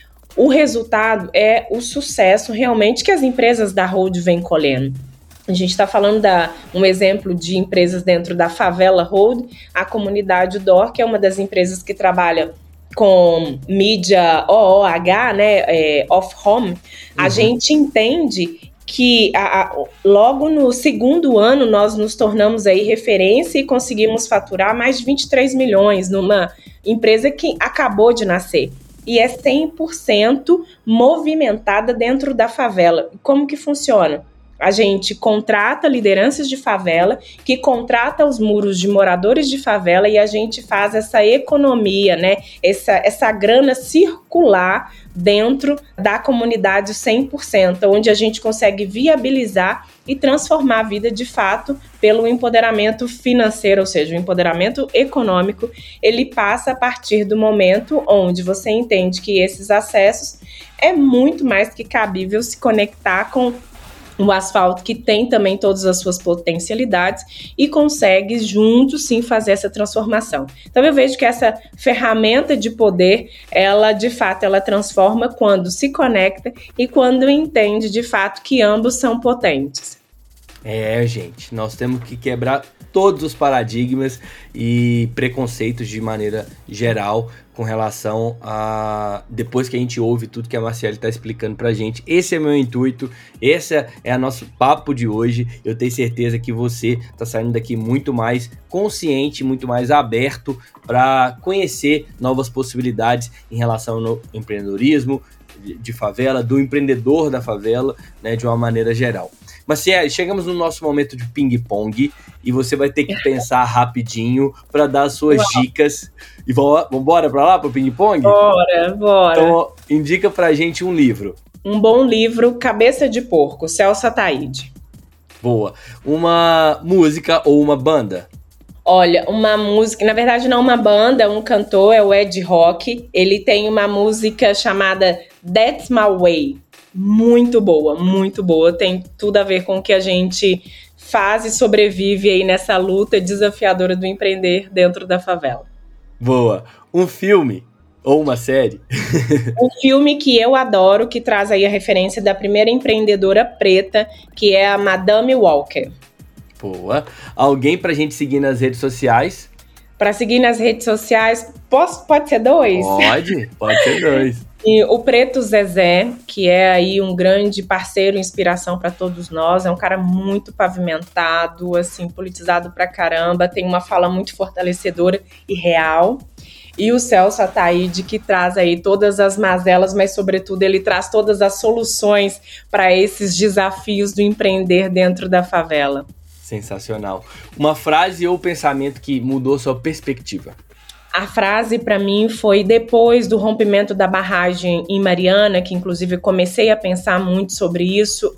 Speaker 3: o resultado é o sucesso realmente que as empresas da Hold vêm colhendo. A gente está falando um exemplo de empresas dentro da Favela Hold, a comunidade DOR, que é uma das empresas que trabalha com mídia OOH, né, off-home. A gente entende que logo no segundo ano nós nos tornamos aí referência e conseguimos faturar mais de 23 milhões numa empresa que acabou de nascer. E é 100% movimentada dentro da favela. Como que funciona? A gente contrata lideranças de favela, que contrata os muros de moradores de favela e a gente faz essa economia, né? Essa grana circular dentro da comunidade 100%, onde a gente consegue viabilizar e transformar a vida de fato pelo empoderamento financeiro, ou seja, o empoderamento econômico, ele passa a partir do momento onde você entende que esses acessos é muito mais que cabível se conectar com o asfalto, que tem também todas as suas potencialidades e consegue juntos sim fazer essa transformação. Então eu vejo que essa ferramenta de poder, ela de fato ela transforma quando se conecta e quando entende de fato que ambos são potentes.
Speaker 2: Gente, nós temos que quebrar todos os paradigmas e preconceitos de maneira geral com relação a... Depois que a gente ouve tudo que a Marciele está explicando pra gente, esse é meu intuito, esse é o nosso papo de hoje. Eu tenho certeza que você está saindo daqui muito mais consciente, muito mais aberto para conhecer novas possibilidades em relação ao empreendedorismo de favela, do empreendedor da favela, né, de uma maneira geral. Mas chegamos no nosso momento de ping-pong e você vai ter que pensar rapidinho para dar as suas dicas. E vamos embora para lá, para o ping-pong?
Speaker 3: Bora.
Speaker 2: Então, indica pra gente um livro.
Speaker 3: Um bom livro, Cabeça de Porco, Celso Ataíde.
Speaker 2: Boa. Uma música ou uma banda?
Speaker 3: Olha, uma música, na verdade não uma banda, um cantor, é o Ed Rock. Ele tem uma música chamada That's My Way. Muito boa. Tem tudo a ver com o que a gente faz e sobrevive aí nessa luta desafiadora do empreender dentro da favela.
Speaker 2: Boa. Um filme ou uma série?
Speaker 3: Um filme que eu adoro, que traz aí a referência da primeira empreendedora preta, que é a Madame Walker.
Speaker 2: Boa. Alguém pra gente seguir nas redes sociais?
Speaker 3: Para seguir nas redes sociais, pode ser 2?
Speaker 2: Pode ser 2.
Speaker 3: E o Preto Zezé, que é aí um grande parceiro, inspiração para todos nós, é um cara muito pavimentado, assim, politizado pra caramba, tem uma fala muito fortalecedora e real. E o Celso Ataíde, que traz aí todas as mazelas, mas sobretudo ele traz todas as soluções para esses desafios do empreender dentro da favela.
Speaker 2: Sensacional. Uma frase ou pensamento que mudou sua perspectiva?
Speaker 3: A frase para mim foi depois do rompimento da barragem em Mariana, que inclusive comecei a pensar muito sobre isso,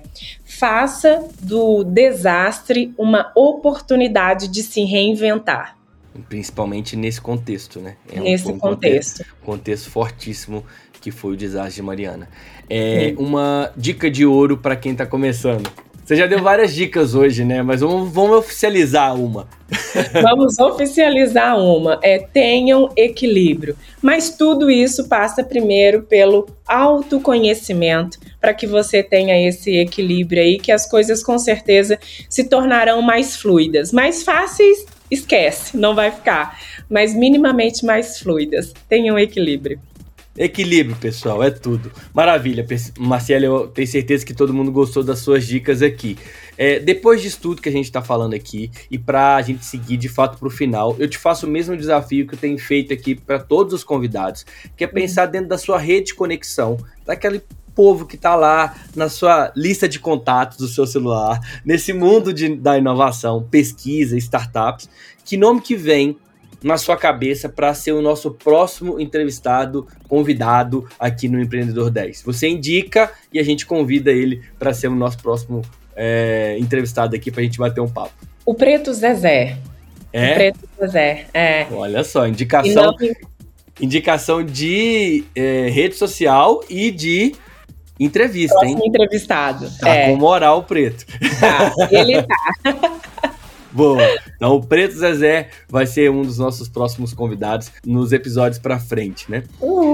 Speaker 3: faça do desastre uma oportunidade de se reinventar.
Speaker 2: Principalmente nesse contexto, né?
Speaker 3: Nesse contexto.
Speaker 2: Contexto fortíssimo que foi o desastre de Mariana. Uma dica de ouro para quem está começando. Você já deu várias dicas hoje, né? Mas vamos oficializar uma.
Speaker 3: Vamos oficializar uma. Tenham equilíbrio. Mas tudo isso passa primeiro pelo autoconhecimento, para que você tenha esse equilíbrio aí, que as coisas com certeza se tornarão mais fluidas. Mais fáceis, esquece, não vai ficar. Mas minimamente mais fluidas. Tenham equilíbrio.
Speaker 2: Equilíbrio, pessoal, é tudo. Maravilha, Marcelo, eu tenho certeza que todo mundo gostou das suas dicas aqui. Depois disso tudo que a gente tá falando aqui, e pra gente seguir de fato pro final, eu te faço o mesmo desafio que eu tenho feito aqui para todos os convidados, que é pensar dentro da sua rede de conexão, daquele povo que tá lá na sua lista de contatos do seu celular, nesse mundo da inovação, pesquisa, startups, que nome que vem na sua cabeça para ser o nosso próximo entrevistado, convidado aqui no Empreendedor 10. Você indica e a gente convida ele para ser o nosso próximo entrevistado aqui para a gente bater um papo.
Speaker 3: O Preto Zezé.
Speaker 2: É?
Speaker 3: O Preto Zezé,
Speaker 2: Olha só, indicação de rede social e de entrevista,
Speaker 3: próximo
Speaker 2: hein?
Speaker 3: Entrevistado.
Speaker 2: Tá com moral o Preto.
Speaker 3: Tá, ele tá.
Speaker 2: Boa. Então, o Preto Zezé vai ser um dos nossos próximos convidados nos episódios pra frente, né?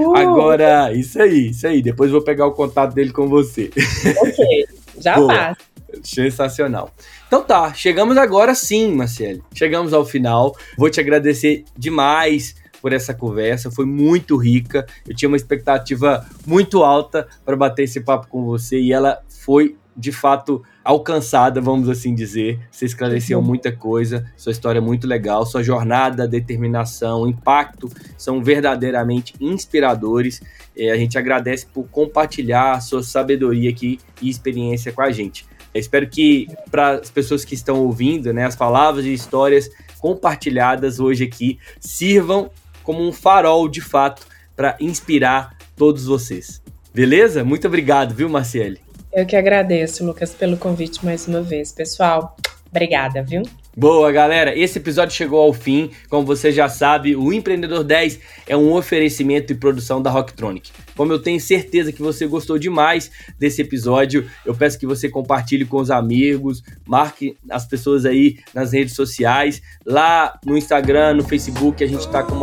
Speaker 2: Agora, isso aí. Depois eu vou pegar o contato dele com você.
Speaker 3: Ok, já passa.
Speaker 2: Sensacional. Então tá, chegamos agora sim, Marcelo. Chegamos ao final. Vou te agradecer demais por essa conversa, foi muito rica. Eu tinha uma expectativa muito alta para bater esse papo com você e ela foi de fato alcançada, vamos assim dizer. Você esclareceu muita coisa, sua história é muito legal, sua jornada, determinação, impacto são verdadeiramente inspiradores. A gente agradece por compartilhar a sua sabedoria aqui e experiência com a gente. Eu espero que para as pessoas que estão ouvindo, né, as palavras e histórias compartilhadas hoje aqui sirvam como um farol de fato para inspirar todos vocês. Beleza? Muito obrigado, viu, Marcelo?
Speaker 3: Eu que agradeço, Lucas, pelo convite mais uma vez. Pessoal, obrigada, viu?
Speaker 2: Boa, galera, esse episódio chegou ao fim. Como você já sabe, o Empreendedor 10 é um oferecimento e produção da Rocktronic. Como eu tenho certeza que você gostou demais desse episódio, eu peço que você compartilhe com os amigos, marque as pessoas aí nas redes sociais, lá no Instagram, no Facebook, a gente tá como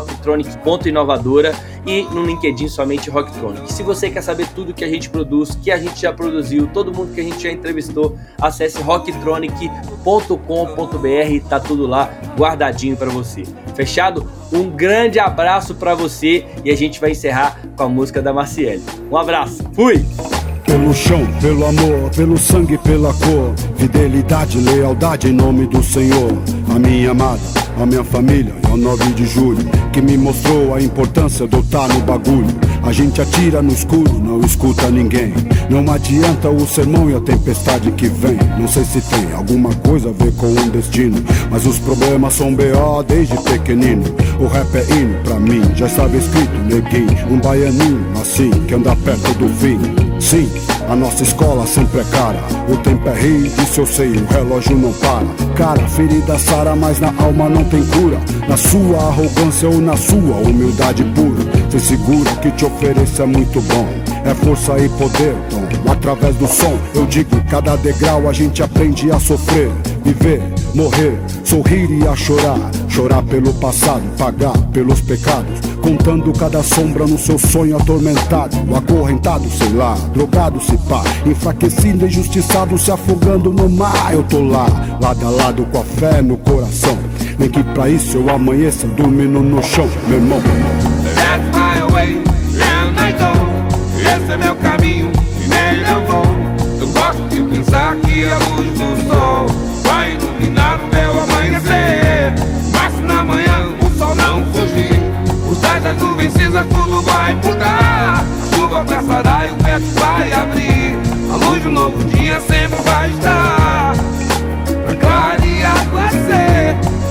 Speaker 2: @rocktronic.inovadora e no LinkedIn somente Rocktronic. Se você quer saber tudo que a gente produz, que a gente já produziu, todo mundo que a gente já entrevistou, acesse rocktronic.com.br, tá tudo lá guardadinho para você. Fechado? Um grande abraço para você e a gente vai encerrar com a música da Marciele. Um abraço, fui!
Speaker 4: Pelo chão, pelo amor, pelo sangue, pela cor, fidelidade, lealdade em nome do Senhor. A minha amada, a minha família e ao 9 de julho, que me mostrou a importância de eu estar no bagulho. A gente atira no escuro, não escuta ninguém. Não adianta o sermão e a tempestade que vem. Não sei se tem alguma coisa a ver com um destino, mas os problemas são B.O. desde pequenino. O rap é hino pra mim, já estava escrito, neguinho. Um baianinho assim, que anda perto do fim. Sim, a nossa escola sempre é cara. O tempo é rir, isso eu sei, o relógio não para. Cara, ferida sara, mas na alma não tem cura. Na sua arrogância ou na sua humildade pura. Cê segura, que te ofereço é muito bom. É força e poder, Tom. Através do som, eu digo, cada degrau a gente aprende a sofrer. Viver, morrer, sorrir e a chorar. Chorar pelo passado, pagar pelos pecados. Contando cada sombra no seu sonho atormentado. Acorrentado, sei lá, drogado se pá. Enfraquecido, injustiçado, se afogando no mar. Eu tô lá, lado a lado com a fé no coração. Nem que pra isso eu amanheça dormindo no chão, meu irmão.
Speaker 5: That's my way, and I go. Esse é meu caminho, e nele eu vou. Eu gosto de pensar que a luz do sol vai iluminar o meu amanhecer. Mas se na manhã o sol não fugir, os tais das nuvens cinzas tudo vai mudar. A chuva passará e o vento vai abrir. A luz do novo dia sempre vai estar pra clarear você,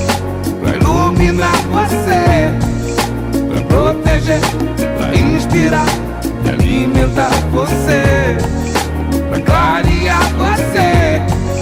Speaker 5: pra iluminar você, pra proteger, pra inspirar e alimentar você, pra clarear você,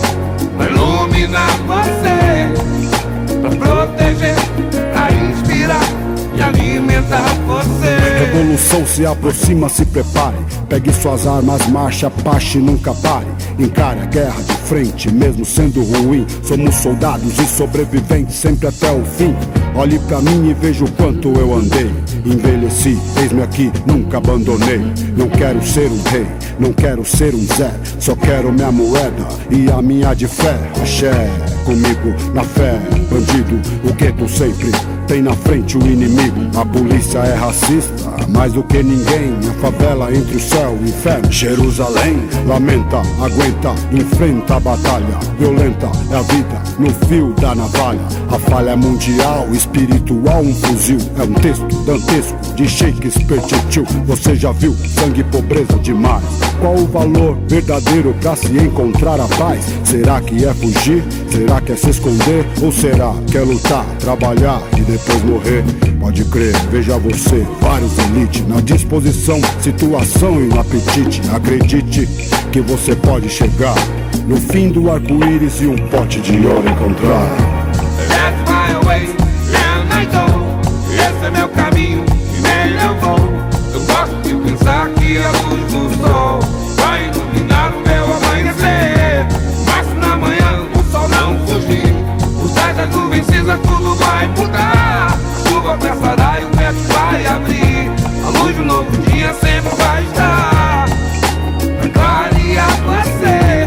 Speaker 5: pra iluminar você, pra proteger, pra inspirar e alimentar você.
Speaker 4: Revolução se aproxima, se prepare. Pegue suas armas, marcha, Apache, nunca pare. Encare a guerra de frente, mesmo sendo ruim. Somos soldados e sobreviventes sempre até o fim. Olhe pra mim e veja o quanto eu andei. Envelheci, eis-me aqui, nunca abandonei. Não quero ser um rei, não quero ser um Zé. Só quero minha moeda e a minha de fé. Axé, comigo na fé, bandido. O gueto sempre tem na frente o inimigo. A polícia é racista, mais do que ninguém. A favela entre o céu e o inferno. Jerusalém, lamenta, aguenta, enfrenta a batalha. Violenta é a vida no fio da navalha. A falha é mundial, espiritual, um fuzil. É um texto dantesco de Shakespeare, tio. Você já viu sangue e pobreza demais? Qual o valor verdadeiro pra se encontrar a paz? Será que é fugir? Será que é se esconder? Ou será que é lutar, trabalhar e depois morrer? Pode crer, veja você, vários elite na disposição, situação e no apetite. Acredite que você pode chegar no fim do arco-íris e um pote de ouro encontrar.
Speaker 5: That's my way, and I go. Esse é meu caminho e nele eu vou. Eu gosto de pensar que a luz do sol vai iluminar o meu amanhecer. Mas se na manhã o sol não fugir, os tais das nuvens cinzas tudo vai mudar. A chuva passará e o teto vai abrir. A luz do novo dia sempre vai estar. Vai clarear você,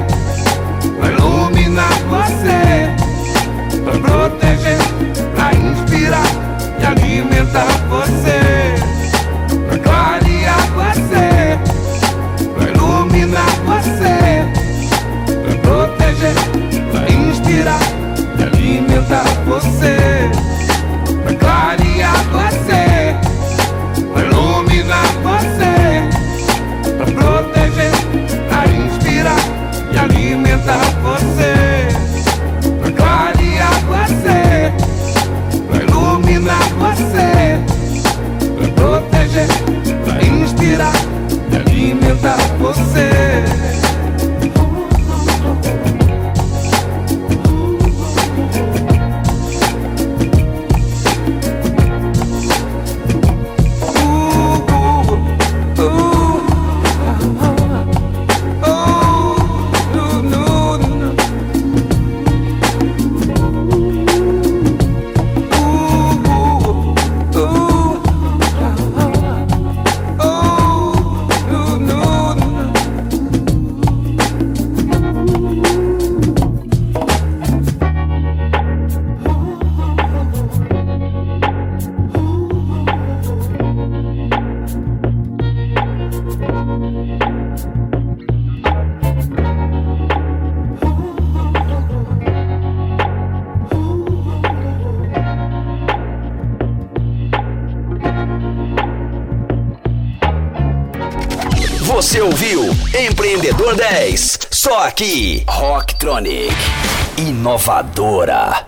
Speaker 5: vai iluminar você, pra proteger, pra inspirar e alimentar você. Pra clarear você, pra iluminar você, pra proteger, pra inspirar e alimentar você. Pra clarear você, pra iluminar você, pra proteger, pra inspirar e alimentar você. Pra clarear você, pra iluminar você, pra proteger, pra inspirar e alimentar você.
Speaker 1: Você ouviu Empreendedor 10, só aqui, Rocktronic, inovadora.